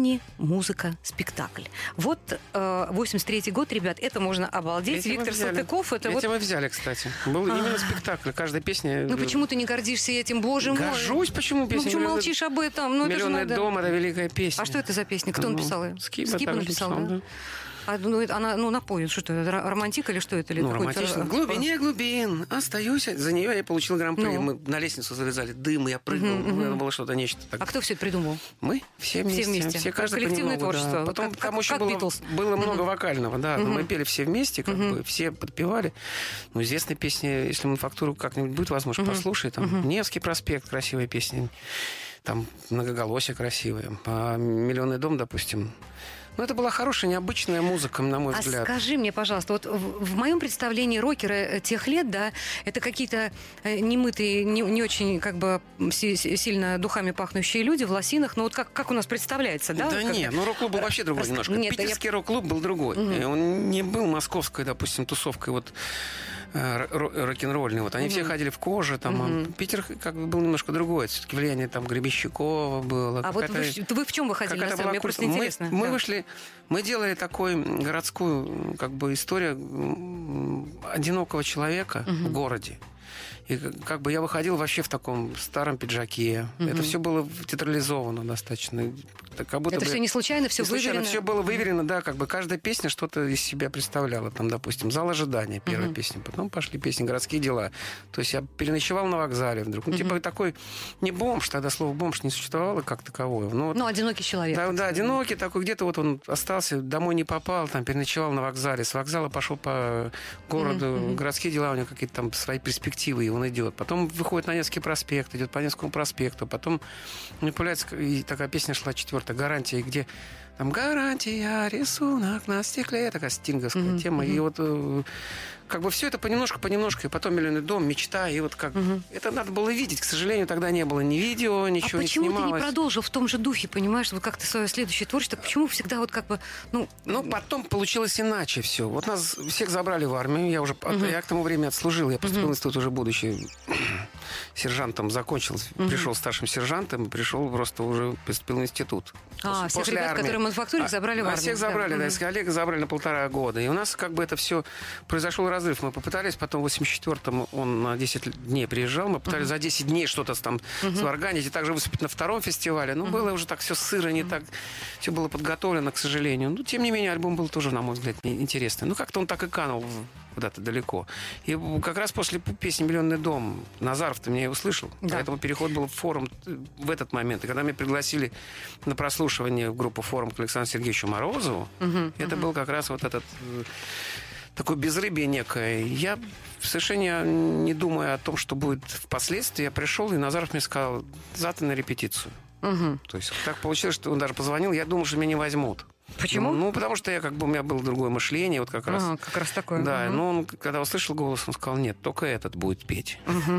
Speaker 3: мини-музыка-спектакль. Вот э, восемьдесят третий год, ребят, это можно обалдеть.
Speaker 4: Эти мы
Speaker 3: Виктор
Speaker 4: взяли.
Speaker 3: Салтыков, это
Speaker 4: Эти
Speaker 3: вот...
Speaker 4: мы взяли, кстати. Был именно спектакль. Каждая песня...
Speaker 3: Ну почему ты не гордишься этим, боже мой?
Speaker 4: Горжусь, почему
Speaker 3: Ну
Speaker 4: песня?
Speaker 3: почему
Speaker 4: Миллионный-
Speaker 3: молчишь об этом? Ну, это же
Speaker 4: Миллионный
Speaker 3: надо.
Speaker 4: дом — это великая песня.
Speaker 3: А что это за песня? Кто
Speaker 4: Ну,
Speaker 3: написал ее?
Speaker 4: Скиба
Speaker 3: Скиба
Speaker 4: также
Speaker 3: написал,
Speaker 4: написал,
Speaker 3: да?
Speaker 4: да.
Speaker 3: А, ну, это она, ну, напоет, что это, ро- романтик или что это? Или
Speaker 4: Ну,
Speaker 3: какой-то-
Speaker 4: романтично. В глубине глубин остаюсь. За нее я получил гран-при.
Speaker 3: Ну.
Speaker 4: Мы на лестницу залезали, дым, я прыгал. Ну, это было что-то нечто. Так.
Speaker 3: А кто все это придумал?
Speaker 4: Мы все вместе.
Speaker 3: Все вместе.
Speaker 4: Все, каждый
Speaker 3: Коллективное
Speaker 4: понемногу,
Speaker 3: творчество.
Speaker 4: да.
Speaker 3: Вот
Speaker 4: Потом
Speaker 3: как-
Speaker 4: там
Speaker 3: как-
Speaker 4: еще
Speaker 3: как
Speaker 4: было,
Speaker 3: Beatles.
Speaker 4: было много вокального, да. Но мы пели все вместе, как бы все подпевали. Ну, известная песня, если мануфактуру как-нибудь будет возможность, послушай. Там Невский проспект, красивая песня. там многоголосие красивое. А «Миллионный дом», допустим, ну, это была хорошая, необычная музыка, на мой
Speaker 3: а
Speaker 4: взгляд.
Speaker 3: скажи мне, пожалуйста, вот в, в моем представлении рокеры тех лет, да, это какие-то э, немытые, не, не очень как бы си- сильно духами пахнущие люди в лосинах, но вот как, как у нас представляется, да?
Speaker 4: Да
Speaker 3: Как-то?
Speaker 4: нет, ну рок-клуб был вообще другой
Speaker 3: Рас-
Speaker 4: немножко.
Speaker 3: Нет,
Speaker 4: Питерский
Speaker 3: я...
Speaker 4: рок-клуб был другой.
Speaker 3: Мгм.
Speaker 4: Он не был московской, допустим, тусовкой вот э, ро- рок-н-ролльной. Вот они все
Speaker 3: Мгм.
Speaker 4: ходили в коже, там, а
Speaker 3: Мгм.
Speaker 4: Питер как бы был немножко другой. Все-таки влияние там Гребенщикова было.
Speaker 3: А вот
Speaker 4: какая-то-
Speaker 3: вы, вы в чем вы ходили? На
Speaker 4: какая-то
Speaker 3: сцену?
Speaker 4: была
Speaker 3: Мне просто
Speaker 4: культура.
Speaker 3: интересно.
Speaker 4: Мы, мы
Speaker 3: Да.
Speaker 4: вышли, мы делали такую городскую как бы историю м, одинокого человека
Speaker 3: Мгм.
Speaker 4: в городе. И как- как бы я выходил вообще в таком старом пиджаке.
Speaker 3: Мгм.
Speaker 4: Это все было театрализовано достаточно. Это как будто
Speaker 3: Это
Speaker 4: бы...
Speaker 3: все не случайно, все
Speaker 4: Не случайно,
Speaker 3: выверено.
Speaker 4: все было выверено, да, как бы каждая песня что-то из себя представляла. Там, допустим, «Зал ожидания» первая
Speaker 3: Мгм.
Speaker 4: песня, потом пошли песни «Городские дела». То есть я переночевал на вокзале вдруг. Ну, типа такой не бомж, тогда слово «бомж» не существовало как таковое. Но вот
Speaker 3: Ну, одинокий человек.
Speaker 4: да,
Speaker 3: так
Speaker 4: да,
Speaker 3: сказать.
Speaker 4: одинокий такой, где-то вот он остался, домой не попал, там переночевал на вокзале, с вокзала пошел по городу,
Speaker 3: Мгм, мгм.
Speaker 4: городские дела, у него какие-то там свои перспективы, и он идет. Потом выходит на Невский проспект, идет по Невскому проспекту, потом у него появляется, и такая песня шла четвертая, «Гарантия», где там «Гарантия, рисунок на стекле», такая стинговская
Speaker 3: Мгм,
Speaker 4: тема,
Speaker 3: мгм.
Speaker 4: и вот э, как бы все это понемножку, понемножку, и потом «Миллионный дом», «Мечта», и вот как...
Speaker 3: Мгм.
Speaker 4: Это надо было видеть, к сожалению, тогда не было ни видео, ничего
Speaker 3: а
Speaker 4: не
Speaker 3: почему ты не
Speaker 4: снималось.
Speaker 3: продолжил в том же духе, понимаешь, вот как ты свое следующее творчество, почему всегда вот как бы, ну...
Speaker 4: Ну, потом получилось иначе все. Вот нас всех забрали в армию. Я уже от-
Speaker 3: Мгм.
Speaker 4: я к тому времени отслужил. Я поступил
Speaker 3: Мгм.
Speaker 4: в институт уже будучи сержантом, закончил,
Speaker 3: Мгм.
Speaker 4: пришел старшим сержантом, и пришел просто уже поступил в институт.
Speaker 3: А,
Speaker 4: После-
Speaker 3: всех
Speaker 4: после
Speaker 3: ребят,
Speaker 4: армии.
Speaker 3: которые мануфактурик,
Speaker 4: А-
Speaker 3: забрали в
Speaker 4: а
Speaker 3: армию.
Speaker 4: всех забрали, да,
Speaker 3: Мгм.
Speaker 4: из коллег забрали на полтора года. И у нас как бы это все произошел разрыв. Мы попытались, потом в восемьдесят четвёртом он на десять дней приезжал, мы пытались за десять дней что-то там сварганить и также выступить на втором фестивале. Ну, было уже так все сыро, не так, все было подготовлено, к сожалению. Ну, тем не менее, альбом был тоже, на мой взгляд, не- интересный. Ну, как-то он так и канул в- куда-то далеко. И как раз после песни «Миллионный дом» Назаров-то меня и услышал.
Speaker 3: Да.
Speaker 4: Поэтому переход был в форум в этот момент. И когда меня пригласили на прослушивание в группу «Форум» к Александру Сергеевичу Морозову,
Speaker 3: Мгм,
Speaker 4: это
Speaker 3: мгм.
Speaker 4: был как раз вот этот э, такое безрыбье некое. Я совершенно не думая о том, что будет впоследствии, я пришел, и Назаров мне сказал: «Завтра на репетицию».
Speaker 3: Мгм.
Speaker 4: То есть так получилось, что он даже позвонил, я думал, что меня не возьмут.
Speaker 3: Почему?
Speaker 4: Ну, потому что я как бы у меня было другое мышление, вот как раз.
Speaker 3: Ага, как раз такое.
Speaker 4: Да,
Speaker 3: Мгм.
Speaker 4: но он, когда услышал голос, он сказал: «Нет, только этот будет петь».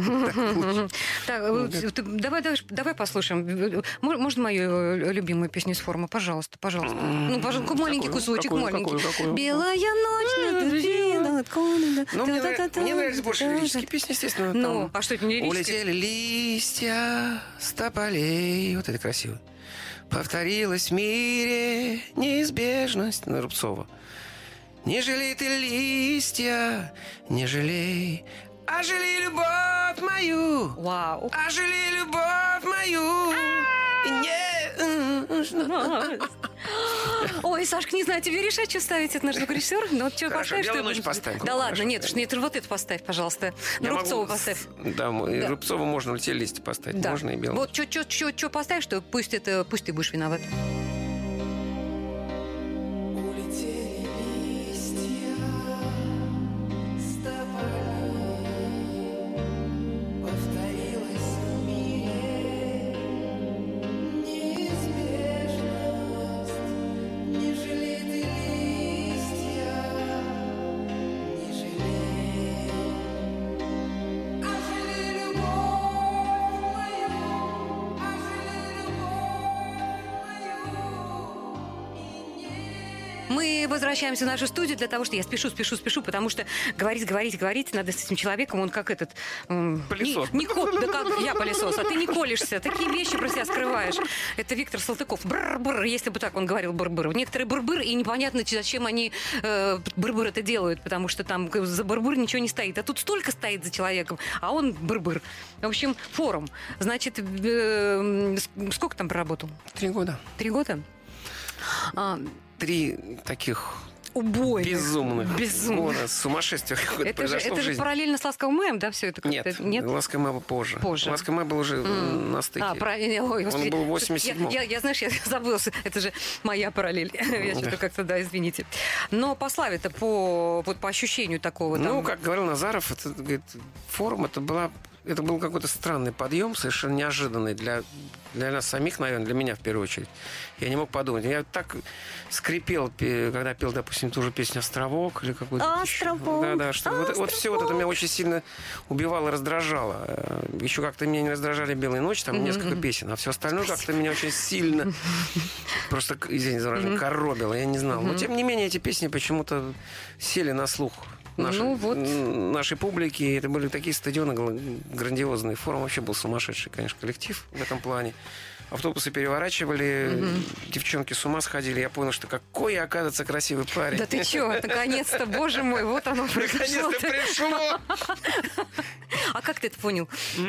Speaker 3: Так, э, ты- давай, давай, давай послушаем. Мо- Можно мою э, любимую песню из форума? Пожалуйста, пожалуйста. Ну, пожалуйста, маленький
Speaker 4: Какую?
Speaker 3: кусочек,
Speaker 4: Какую?
Speaker 3: маленький.
Speaker 4: Какую? Какую?
Speaker 3: Белая ночь наступила, откуда-
Speaker 4: Ну, мне, нрав-
Speaker 3: та-та-та-та,
Speaker 4: мне нравились больше
Speaker 3: та-та-та.
Speaker 4: лирические песни, естественно.
Speaker 3: Ну,
Speaker 4: там
Speaker 3: а что это не лирические?
Speaker 4: Улетели листья с тополей. Вот это красиво. Повторилась в мире неизбежность. На Рубцова. Не жалей ты листья, не жалей, а жалей любовь мою,
Speaker 3: Вау.
Speaker 4: а жалей любовь мою. И не...
Speaker 3: Ой, Сашка, не знаю, тебе решать, что ставить, это наш звукорежиссер. Ну, вот что
Speaker 4: Хорошо,
Speaker 3: поставишь,
Speaker 4: «Белую
Speaker 3: что-
Speaker 4: ночь» поставь.
Speaker 3: Да ладно,
Speaker 4: Хорошо.
Speaker 3: нет, уж нет, вот это поставь, пожалуйста.
Speaker 4: Я
Speaker 3: Рубцову
Speaker 4: могу
Speaker 3: поставь.
Speaker 4: с- Да, м- и
Speaker 3: Да.
Speaker 4: Рубцову можно «Улетели листья» поставить,
Speaker 3: Да.
Speaker 4: можно и «Белую
Speaker 3: Вот что поставишь, что пусть это, пусть ты будешь виноват.
Speaker 5: Улетели листья с тополей, повторилась в мире неизбежность. Не жалей ты листья, не жалей, а жалей любовь мою, а жалей любовь мою.
Speaker 3: Мы возвращаемся в нашу студию для того, что я спешу, спешу, спешу, потому что говорить, говорить, говорить надо с этим человеком, он как этот... м,
Speaker 4: Пылесос.
Speaker 3: Не, не ко- да как я пылесос, а ты не колешься, такие вещи про себя скрываешь. Это Виктор Салтыков. Брр-брр, если бы так он говорил быр-быр. Некоторые быр-быр, и непонятно, зачем они э, быр-быр это делают, потому что там за быр-быр ничего не стоит. А тут столько стоит за человеком, а он быр-быр. В общем, форум. Значит, э, сколько там проработал?
Speaker 4: Три года.
Speaker 3: Три года? А,
Speaker 4: Три таких
Speaker 3: убойных.
Speaker 4: безумных
Speaker 3: Безумных.
Speaker 4: года, сумасшествие какое-то
Speaker 3: Это же,
Speaker 4: произошло
Speaker 3: это
Speaker 4: в
Speaker 3: же
Speaker 4: жизни.
Speaker 3: параллельно с «Ласковым маем», да, все это как-то?
Speaker 4: Нет,
Speaker 3: Нет?
Speaker 4: «Ласка моя» был позже.
Speaker 3: Позже.
Speaker 4: «Ласка моя» был уже м, на стыке.
Speaker 3: А, правильно. Ой, господи.
Speaker 4: был в восемьдесят седьмом.
Speaker 3: Я, я, я, знаешь, я забыла, это же моя параллель. Я что-то как-то, да, извините. Но по славе-то, по, вот по ощущению такого
Speaker 4: Ну,
Speaker 3: там...
Speaker 4: как говорил Назаров, это, говорит, форум, это была это был какой-то странный подъем, совершенно неожиданный для, для нас самих, наверное, для меня в первую очередь. Я не мог подумать. Я так скрипел, когда пел, допустим, ту же песню «Островок» или какую-то...
Speaker 3: Островок.
Speaker 4: Да, да, что вот, вот все вот это меня очень сильно убивало, раздражало. Еще как-то меня не раздражали «Белые ночи», там mm-hmm. несколько песен, а все остальное как-то меня очень сильно просто, извините за выражение, коробило, я не знал. Но, тем не менее, эти песни почему-то сели на слух нашей,
Speaker 3: ну, вот.
Speaker 4: нашей публики. Это были такие стадионы грандиозные. Форум вообще был сумасшедший, конечно, коллектив в этом плане. Автобусы переворачивали, mm-hmm. девчонки с ума сходили. Я понял, что какой я, оказывается, красивый парень.
Speaker 3: Да ты чё, наконец-то, боже мой, вот оно произошло.
Speaker 4: Наконец-то пришло!
Speaker 3: А как ты это понял?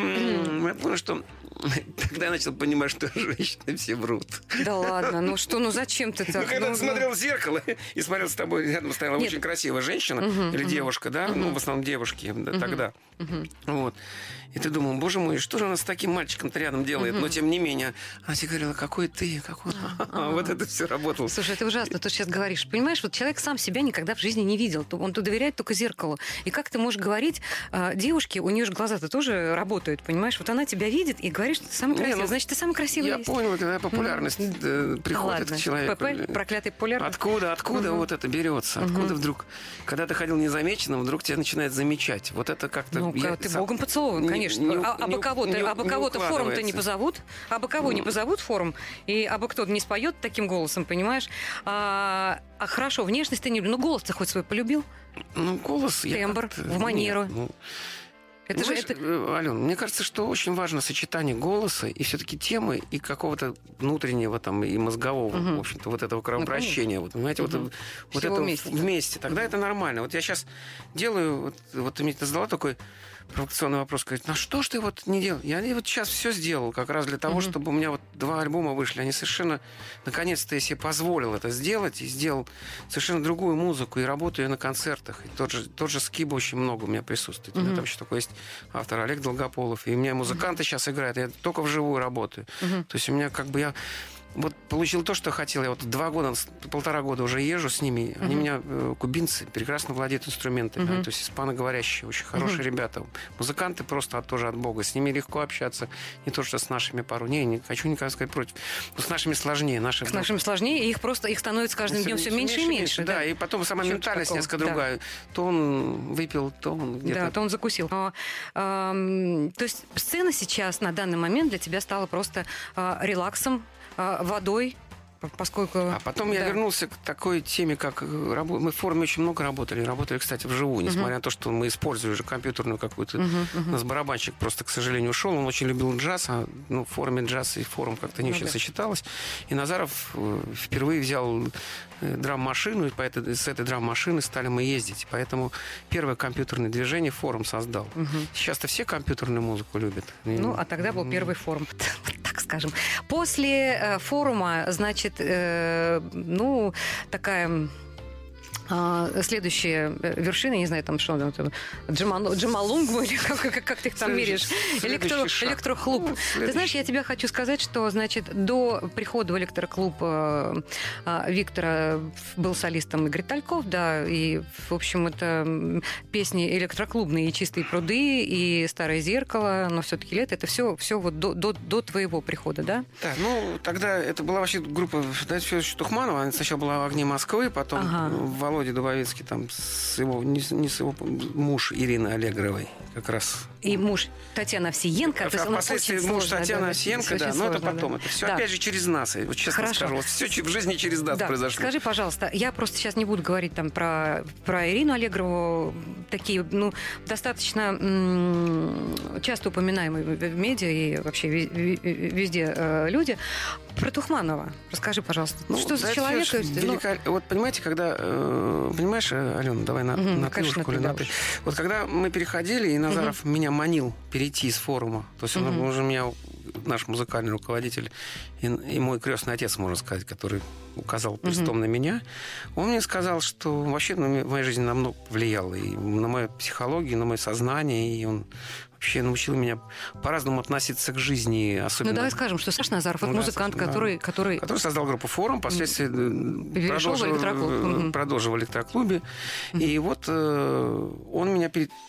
Speaker 4: Я понял, что тогда я начал понимать, что женщины все врут.
Speaker 3: Да ладно, ну что, ну зачем ты так?
Speaker 4: Ну, когда ты смотрел в зеркало и смотрел с тобой, рядом стояла очень красивая женщина или девушка, да, ну, в основном девушки тогда. Вот. И ты думал, боже мой, что же она с таким мальчиком-то рядом делает? Но, тем не менее, она тебе говорила, какой ты, какой... Вот это все работало.
Speaker 3: Слушай, это ужасно, ты сейчас говоришь. Понимаешь, вот человек сам себя никогда в жизни не видел. Он то доверяет только зеркалу. И как ты можешь говорить девушке, у нее же глаза-то тоже работают, понимаешь? Вот она тебя видит и говорит, что ты самый красивый. Ну, значит, ты самый красивый
Speaker 4: я
Speaker 3: есть.
Speaker 4: понял, когда популярность mm. приходит
Speaker 3: да
Speaker 4: к человеку.
Speaker 3: ПП, проклятый популярность.
Speaker 4: Откуда, откуда mm-hmm. вот это берется? Откуда mm-hmm. вдруг, когда ты ходил незамеченным, вдруг тебя начинает замечать. Вот это как-то...
Speaker 3: Ну, я, ты сам... богом поцелован, конечно. Не, не, а а бы кого-то, а бы кого-то в форум-то не позовут, а бы кого mm. не позовут в форум, и а бы кто-то не споет таким голосом, понимаешь? А, а хорошо, внешность ты не любил, ну голос ты хоть свой полюбил?
Speaker 4: Ну, голос...
Speaker 3: Тембр, в манеру. Нет, ну...
Speaker 4: Это ну, же знаешь, это... Ален, мне кажется, что очень важно сочетание голоса и все-таки темы и какого-то внутреннего там и мозгового, угу. в общем-то, вот этого кровообращения. Ну, вот, понимаете, угу. вот, вот это вместе. вместе. Тогда это нормально. Вот я сейчас делаю, вот, вот ты мне задала такой провокационный вопрос, говорит, ну что ж ты вот не делал? Я вот сейчас все сделал как раз для того, mm-hmm. чтобы у меня вот два альбома вышли. Они совершенно, наконец-то я себе позволил это сделать и сделал совершенно другую музыку и работаю на концертах. И тот же, тот же Скиба очень много у меня присутствует. Mm-hmm. У меня там еще такой есть автор Олег Долгополов. И у меня музыканты mm-hmm. сейчас играют, я только вживую работаю. Mm-hmm. То есть у меня как бы я... Вот получил то, что хотел. Я вот два года, полтора года уже езжу с ними. Uh-huh. Они меня, кубинцы, прекрасно владеют инструментами. Uh-huh. То есть испаноговорящие, очень хорошие uh-huh. ребята. Музыканты просто от, тоже от Бога. С ними легко общаться. Не то, что с нашими пару. Не, не хочу никогда сказать против. Но с нашими сложнее. Наши...
Speaker 3: С нашими сложнее, и их просто их становится каждым днем все меньше и меньше.
Speaker 4: Да, да, и потом сама Чего ментальность такого? Несколько да. другая. То он выпил, то он где-то...
Speaker 3: Да, то он закусил. Но, э, то есть сцена сейчас на данный момент для тебя стала просто э, релаксом, водой, поскольку...
Speaker 4: А потом да. я вернулся к такой теме, как... Рабо... Мы в форуме очень много работали. Работали, кстати, вживую, несмотря uh-huh. на то, что мы использовали уже компьютерную какую-то... Uh-huh, uh-huh. У нас барабанщик просто, к сожалению, ушел. Он очень любил джаз, а ну, в форуме джаз и форум как-то не uh-huh. очень сочеталось. И Назаров впервые взял драм-машину, и по этой, с этой драм-машины стали мы ездить. Поэтому первое компьютерное движение форум создал. Uh-huh. Сейчас-то все компьютерную музыку любят.
Speaker 3: Ну, а тогда был первый форум. Так скажем. После э, форума, значит, э, ну, такая... Следующая вершина, не знаю, там что, там, Джамал, Джамалунгму, или как, как, как ты их там меряешь, Электро, электроклуб. Ну, ты знаешь, я тебе хочу сказать, что, значит, до прихода в электроклуб э, э, Виктора был солистом Игорь Тальков, да, и, в общем, это песни электроклубные, и «Чистые пруды», и «Старое зеркало», но все-таки лето, это все, все вот до, до, до твоего прихода, да?
Speaker 4: Да, ну, тогда это была вообще группа Давида Федоровича Тухманова, сначала была «Огни Москвы», потом ага. Володя Дубовицкий, там, с его, не, не с его, муж Ирины Аллегровой, как раз.
Speaker 3: И муж Татьяна Овсиенко.
Speaker 4: А впоследствии муж Татьяна Овсиенко, да, но это потом. Да. Это все да. опять же через нас. Вот честно Хорошо. скажу, вот все в жизни через нас да. произошло.
Speaker 3: Скажи, пожалуйста, я просто сейчас не буду говорить там про, про Ирину Аллегрову, такие, ну, достаточно м- часто упоминаемые в медиа и вообще везде э, люди. Про Тухманова расскажи, пожалуйста. Ну, что за человек?
Speaker 4: Велика... Ну... Вот понимаете, когда... Э, понимаешь, Алена, давай на, угу, на ты уж, коли на ты. Вот когда мы переходили, и Назаров угу. меня манил перейти из форума, то есть угу. он уже меня, наш музыкальный руководитель и, и мой крестный отец, можно сказать, который указал перстом угу. на меня, он мне сказал, что вообще на моей жизни намного повлияло и на мою психологию, и на мое сознание, и он вообще научил меня по-разному относиться к жизни. Особенно...
Speaker 3: Ну, давай скажем, что Саша Назаров, ну, музыкант, да, который, который...
Speaker 4: Который создал группу «Форум», впоследствии продолжил в электроклубе. Продолжил в электроклубе. Mm-hmm. И вот э, он меня перед...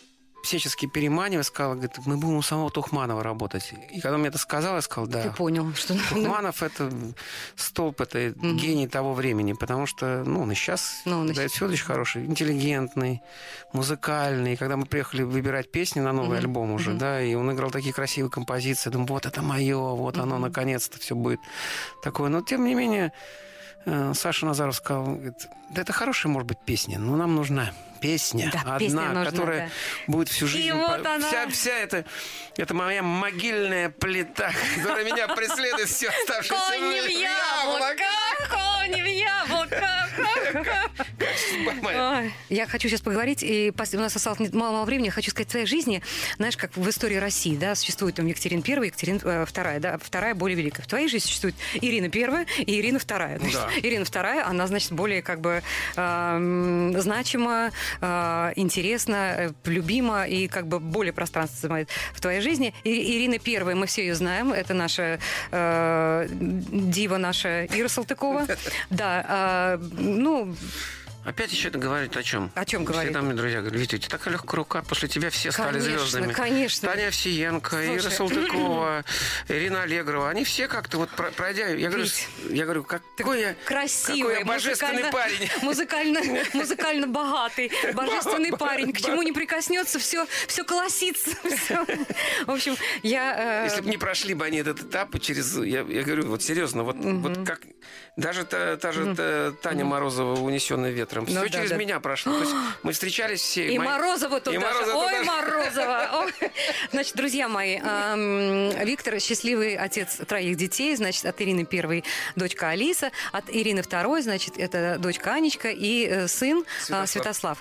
Speaker 4: всячески переманивала, сказала, говорит, мы будем у самого Тухманова работать. И когда мне это сказала, я сказал, да.
Speaker 3: Ты понял, что...
Speaker 4: Тухманов — это столб, это гений того времени, потому что, ну, он и сейчас,
Speaker 3: Ну, он и
Speaker 4: Давид Федорович хороший, интеллигентный, музыкальный. И когда мы приехали выбирать песни на новый альбом уже, да, и он играл такие красивые композиции, думаю, вот это мое, вот оно, наконец-то все будет такое. Но, тем не менее, э, Саша Назаров сказал, говорит, да это хорошая, может быть, песня, но нам нужна песня
Speaker 3: Да,
Speaker 4: одна,
Speaker 3: песня нужна,
Speaker 4: которая
Speaker 3: да.
Speaker 4: будет всю жизнь.
Speaker 3: И вот
Speaker 4: по-
Speaker 3: она.
Speaker 4: Вся, вся эта, это моя могильная плита, которая меня преследует все оставшиеся
Speaker 3: Кони в яблоках, кони в яблоках. Ой, Я хочу сейчас поговорить, и пос- у нас осталось не- мало времени, я хочу сказать, в твоей жизни, знаешь, как в истории России, да, существует там Екатерина Первая, Екатерина э, Вторая, да, Вторая более великая. В твоей жизни существует Ирина Первая и Ирина Вторая. Значит,
Speaker 4: Да.
Speaker 3: Ирина Вторая, она, значит, более как бы э, значима, э, интересна, э, любима и как бы более пространство занимает в твоей жизни. И Ирина Первая, мы все ее знаем, это наша э, дива наша Ира Салтыкова. Да, э, ну,
Speaker 4: Опять еще говорит о чем?
Speaker 3: О чем говорит?
Speaker 4: Всегда мне друзья говорят, Витя, у тебя такая легкая рука, после тебя все стали
Speaker 3: Конечно,
Speaker 4: звездами.
Speaker 3: конечно.
Speaker 4: Таня Овсиенко,
Speaker 3: Слушай.
Speaker 4: Ира Салтыкова, Ирина Аллегрова, они все как-то вот про- пройдя... Я говорю,
Speaker 3: Вить,
Speaker 4: я говорю какой я,
Speaker 3: красивый,
Speaker 4: какой я божественный
Speaker 3: музыкально-
Speaker 4: парень.
Speaker 3: Музыкально, музыкально богатый, божественный парень. К чему не прикоснется, все, все колосится. всё. В общем, я... э,
Speaker 4: Если бы не прошли бы они этот этап, и через, я, я говорю, вот серьезно, вот, вот как даже та, та же та- Таня Морозова, унесенная ветром,
Speaker 3: Ну
Speaker 4: все
Speaker 3: да,
Speaker 4: через
Speaker 3: да.
Speaker 4: меня прошло. То есть мы встречались все.
Speaker 3: И
Speaker 4: мои-
Speaker 3: Морозова туда
Speaker 4: И
Speaker 3: же.
Speaker 4: Морозова
Speaker 3: Ой,
Speaker 4: туда же.
Speaker 3: Морозова. Ой. Значит, друзья мои, эм, Виктор счастливый отец троих детей. Значит, от Ирины Первой дочка Алиса, от Ирины Второй, значит, это дочка Анечка и э, сын э,
Speaker 4: Святослав.
Speaker 3: Святослав.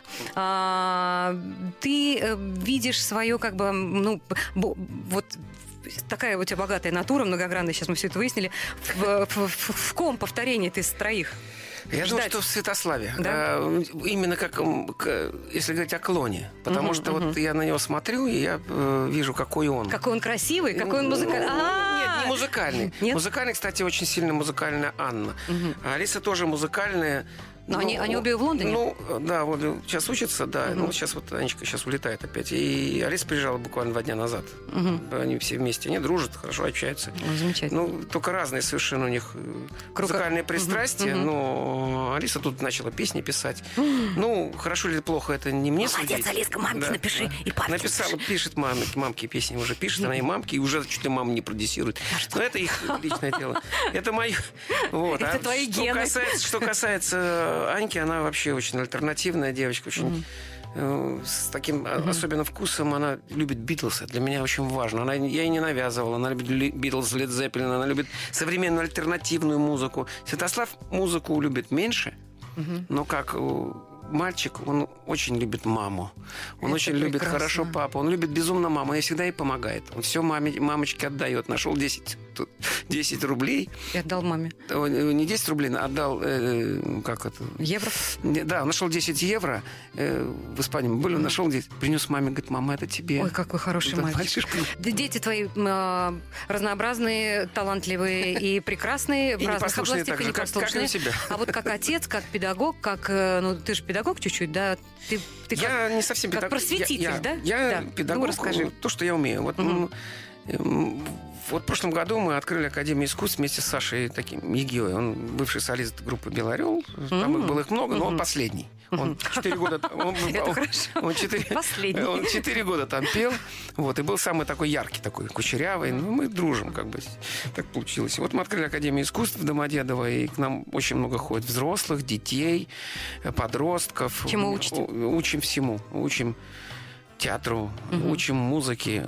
Speaker 3: А, ты э, видишь свое, как бы, ну, бо- вот такая у тебя богатая натура, многогранная, сейчас мы все это выяснили. В, в- в- в ком повторение ты из троих?
Speaker 4: Я думаю,
Speaker 3: ждать?
Speaker 4: что в Святославе.
Speaker 3: Да?
Speaker 4: Э, Именно как, м, к- если говорить о клоне. Потому
Speaker 3: Мгм,
Speaker 4: что
Speaker 3: мгм.
Speaker 4: вот я на него смотрю, и я э, вижу, какой он.
Speaker 3: Какой он красивый, какой он
Speaker 4: Ну,
Speaker 3: музыкальный.
Speaker 4: Нет,
Speaker 3: А,
Speaker 4: не музыкальный.
Speaker 3: Нет?
Speaker 4: Музыкальный, кстати, очень сильно музыкальная Анна. А Алиса тоже музыкальная.
Speaker 3: Но они- они обе в Лондоне?
Speaker 4: Ну, да, вот сейчас учатся, да. Ну, вот сейчас вот Анечка сейчас улетает опять. И Алиса приезжала буквально два дня назад. Они все вместе, они дружат, хорошо общаются.
Speaker 3: Ой, замечательно.
Speaker 4: Ну, только разные совершенно у них э,
Speaker 3: Круга-
Speaker 4: музыкальные
Speaker 3: Мгм,
Speaker 4: пристрастия,
Speaker 3: мгм.
Speaker 4: но Алиса тут начала песни писать. Ну, хорошо или плохо, это не мне
Speaker 3: Молодец,
Speaker 4: судить.
Speaker 3: Алиска, мамке напиши, и папке
Speaker 4: Написала,
Speaker 3: напиши.
Speaker 4: пишет маме, мамке песни уже пишет, она и мамке, и уже чуть ли мама не продюсирует. Но это их личное дело. Это мое. Вот.
Speaker 3: Это
Speaker 4: А
Speaker 3: твои
Speaker 4: что
Speaker 3: гены.
Speaker 4: касается, что касается Аньки, она вообще очень альтернативная девочка, очень э, с таким а, особенно вкусом. Она любит Битлз, для меня очень важно. Она, я ей не навязывала, она любит Ли- Битлз, Лед Зеппелин, она любит современную альтернативную музыку. Святослав музыку любит меньше, но как э, мальчик, он очень любит маму. Он
Speaker 3: Это
Speaker 4: очень любит
Speaker 3: прекрасно.
Speaker 4: хорошо папу. Он любит безумно маму. И всегда ей помогает. Он все маме, мамочке отдает. Нашел десять, тут десять рублей.
Speaker 3: Я отдал маме.
Speaker 4: О, Не десять рублей, а отдал, э, как это...
Speaker 3: Евро.
Speaker 4: Не, Да, он нашел десять евро. э, в Испании мы были, он нашел десять. Принес маме, говорит, мама, это тебе.
Speaker 3: Ой, какой хороший
Speaker 4: Да,
Speaker 3: мальчик.
Speaker 4: мальчишка.
Speaker 3: Да, дети твои э, разнообразные, талантливые и прекрасные в
Speaker 4: И
Speaker 3: разных
Speaker 4: непослушные
Speaker 3: областях.
Speaker 4: так же,
Speaker 3: и
Speaker 4: как- как и у
Speaker 3: непослушные.
Speaker 4: тебя.
Speaker 3: А вот как отец, как педагог, как... э, ну, ты же педагог чуть-чуть, да? Ты, ты
Speaker 4: Я
Speaker 3: как,
Speaker 4: не совсем
Speaker 3: как
Speaker 4: педагог.
Speaker 3: просветитель,
Speaker 4: я,
Speaker 3: да?
Speaker 4: Я
Speaker 3: Да.
Speaker 4: педагог,
Speaker 3: Ну, расскажи.
Speaker 4: то, что я умею. Вот,
Speaker 3: Мгм.
Speaker 4: м, м, вот в прошлом году мы открыли Академию искусств вместе с Сашей таким Егиой. Он бывший солист группы «Белорел». Там их было их много, но он последний. Он четыре года... Он,
Speaker 3: Это
Speaker 4: он-
Speaker 3: хорошо.
Speaker 4: он четыре,
Speaker 3: Последний.
Speaker 4: Он четыре года там пел. Вот, и был самый такой яркий, такой кучерявый. Ну, мы дружим, как бы. Так получилось. И вот мы открыли Академию искусств в Домодедово, и к нам очень много ходит взрослых, детей, подростков.
Speaker 3: Чему учите?
Speaker 4: У- Учим всему. Учим театру, учим музыке,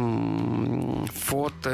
Speaker 4: учим фото,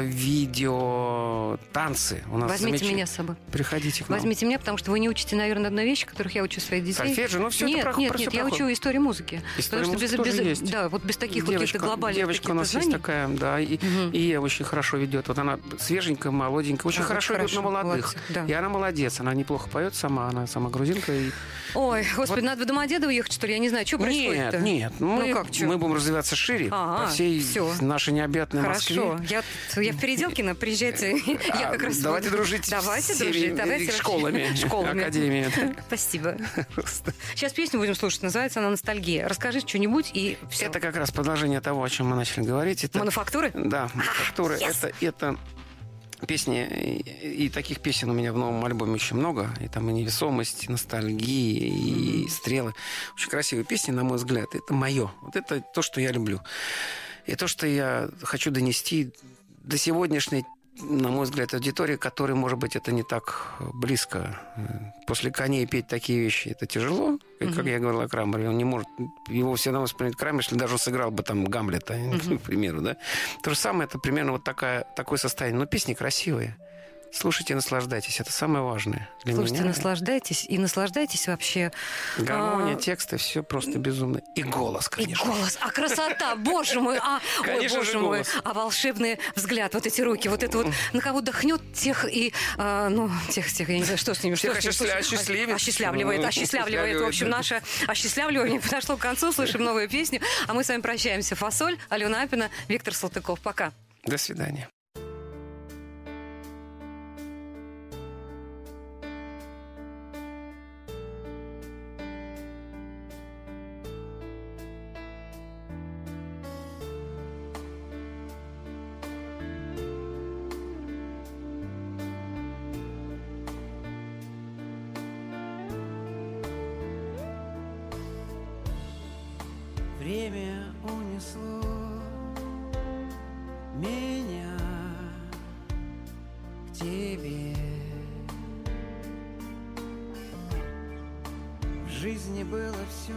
Speaker 4: видео, танцы. У нас
Speaker 3: Возьмите
Speaker 4: замеч-
Speaker 3: меня с собой.
Speaker 4: Приходите к нам.
Speaker 3: Возьмите меня, потому что вы не учите, наверное, одной вещи, которых я учу своих детей.
Speaker 4: Сольфеджио, ну, всё это
Speaker 3: нет,
Speaker 4: про-
Speaker 3: нет,
Speaker 4: про
Speaker 3: нет,
Speaker 4: всё
Speaker 3: я
Speaker 4: проходит.
Speaker 3: учу историю музыки.
Speaker 4: История
Speaker 3: Потому
Speaker 4: музыки
Speaker 3: что без,
Speaker 4: тоже
Speaker 3: без-
Speaker 4: есть.
Speaker 3: да, вот без таких вот
Speaker 4: Девочка,
Speaker 3: каких-то глобальных
Speaker 4: девочка у
Speaker 3: каких-то
Speaker 4: нас есть
Speaker 3: знаний.
Speaker 4: такая, да, и,
Speaker 3: Мгм.
Speaker 4: и Ева очень хорошо ведет. Вот она свеженькая, молоденькая, очень
Speaker 3: А,
Speaker 4: хорошо
Speaker 3: очень
Speaker 4: идет на
Speaker 3: хорошо,
Speaker 4: молодых.
Speaker 3: молодцы, да.
Speaker 4: И она молодец, она неплохо поет сама, она сама грузинка. И...
Speaker 3: Ой, господи,
Speaker 4: Вот.
Speaker 3: надо в Домодедово ехать, что ли? Я не знаю, что происходит-то?
Speaker 4: Нет, нет,
Speaker 3: Ну
Speaker 4: мы,
Speaker 3: как, чё?
Speaker 4: мы будем развиваться шире
Speaker 3: Ага,
Speaker 4: по всей
Speaker 3: всё.
Speaker 4: нашей необъятной Москве.
Speaker 3: Хорошо. Я, тут- я в Переделкино, приезжайте. Я как раз...
Speaker 4: Давайте дружить
Speaker 3: Давайте
Speaker 4: с всеми
Speaker 3: дружить. Давайте вообще-
Speaker 4: школами,
Speaker 3: школами.
Speaker 4: академиями.
Speaker 3: Спасибо. Сейчас песню будем слушать. Называется она «Ностальгия». Расскажи что-нибудь и все.
Speaker 4: Это как раз продолжение того, о чем мы начали говорить. Это,
Speaker 3: Мануфактуры?
Speaker 4: да, мануфактура.
Speaker 3: yes.
Speaker 4: Это, это песни, и, и таких песен у меня в новом альбоме очень много. И там и «Невесомость», и «Ностальгия», и «Стрелы». Очень красивые песни, на мой взгляд. Это мое. Вот это то, что я люблю. И то, что я хочу донести до сегодняшней, на мой взгляд, аудитории, которой, может быть, это не так близко. После «Коней» петь такие вещи, это тяжело. Как, как я говорил о Крамере, он не может... Его все равно воспринять Крамер, если даже он сыграл бы там Гамлета, к примеру, да. То же самое, это примерно вот такая, такое состояние. Но песни красивые. Слушайте, наслаждайтесь. Это самое важное для
Speaker 3: Слушайте,
Speaker 4: меня.
Speaker 3: наслаждайтесь. И наслаждайтесь вообще.
Speaker 4: Гармония,
Speaker 3: а,
Speaker 4: тексты, все просто безумно. И голос,
Speaker 3: И
Speaker 4: конечно.
Speaker 3: голос, а красота, боже мой, а, ой,
Speaker 4: Конечно
Speaker 3: боже
Speaker 4: же,
Speaker 3: мой,
Speaker 4: голос.
Speaker 3: а волшебный взгляд, вот эти руки, вот это вот, на кого дохнет тех и, а, ну, тех, тех, я не знаю, что с ними,
Speaker 4: Всех
Speaker 3: что с ними,
Speaker 4: осчастля-
Speaker 3: слушай,
Speaker 4: осчастливит.
Speaker 3: осчастливливает,
Speaker 4: Ну,
Speaker 3: осчастливливает, в общем, наше осчастливливание подошло к концу, слышим новую песню, а мы с вами прощаемся. «Фасоль», Алена Апина, Виктор Салтыков, пока.
Speaker 4: До свидания.
Speaker 5: Время унесло меня к тебе. В жизни было все,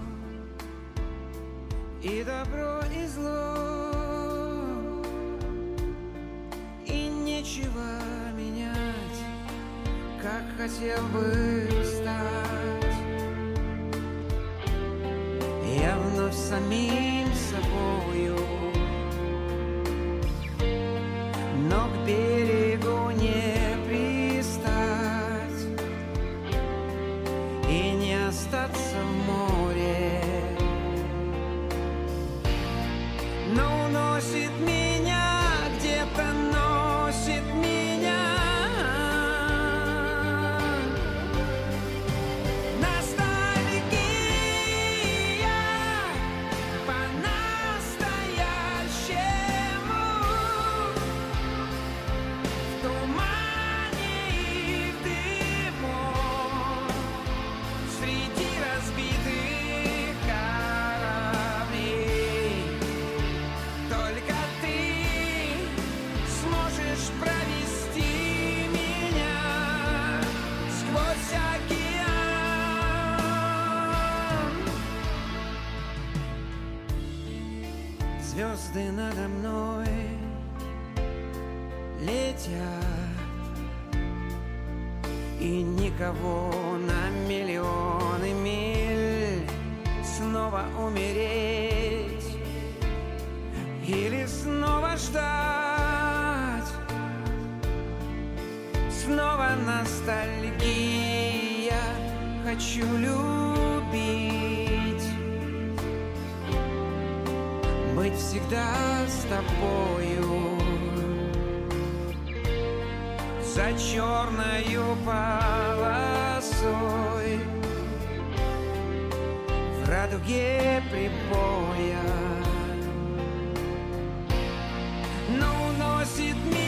Speaker 5: и добро, и зло, и нечего менять, как хотел бы стать. Я вновь самим собою, но к берегу не пристать и не остаться в море. Но уносит меня, где-то носит меня. Звезды надо мной летят, и никого на миллионы миль. Снова умереть или снова ждать. Снова ностальгия, хочу любить, быть всегда с тобою. За черною полосой в радуге прибоя, но уносит меня.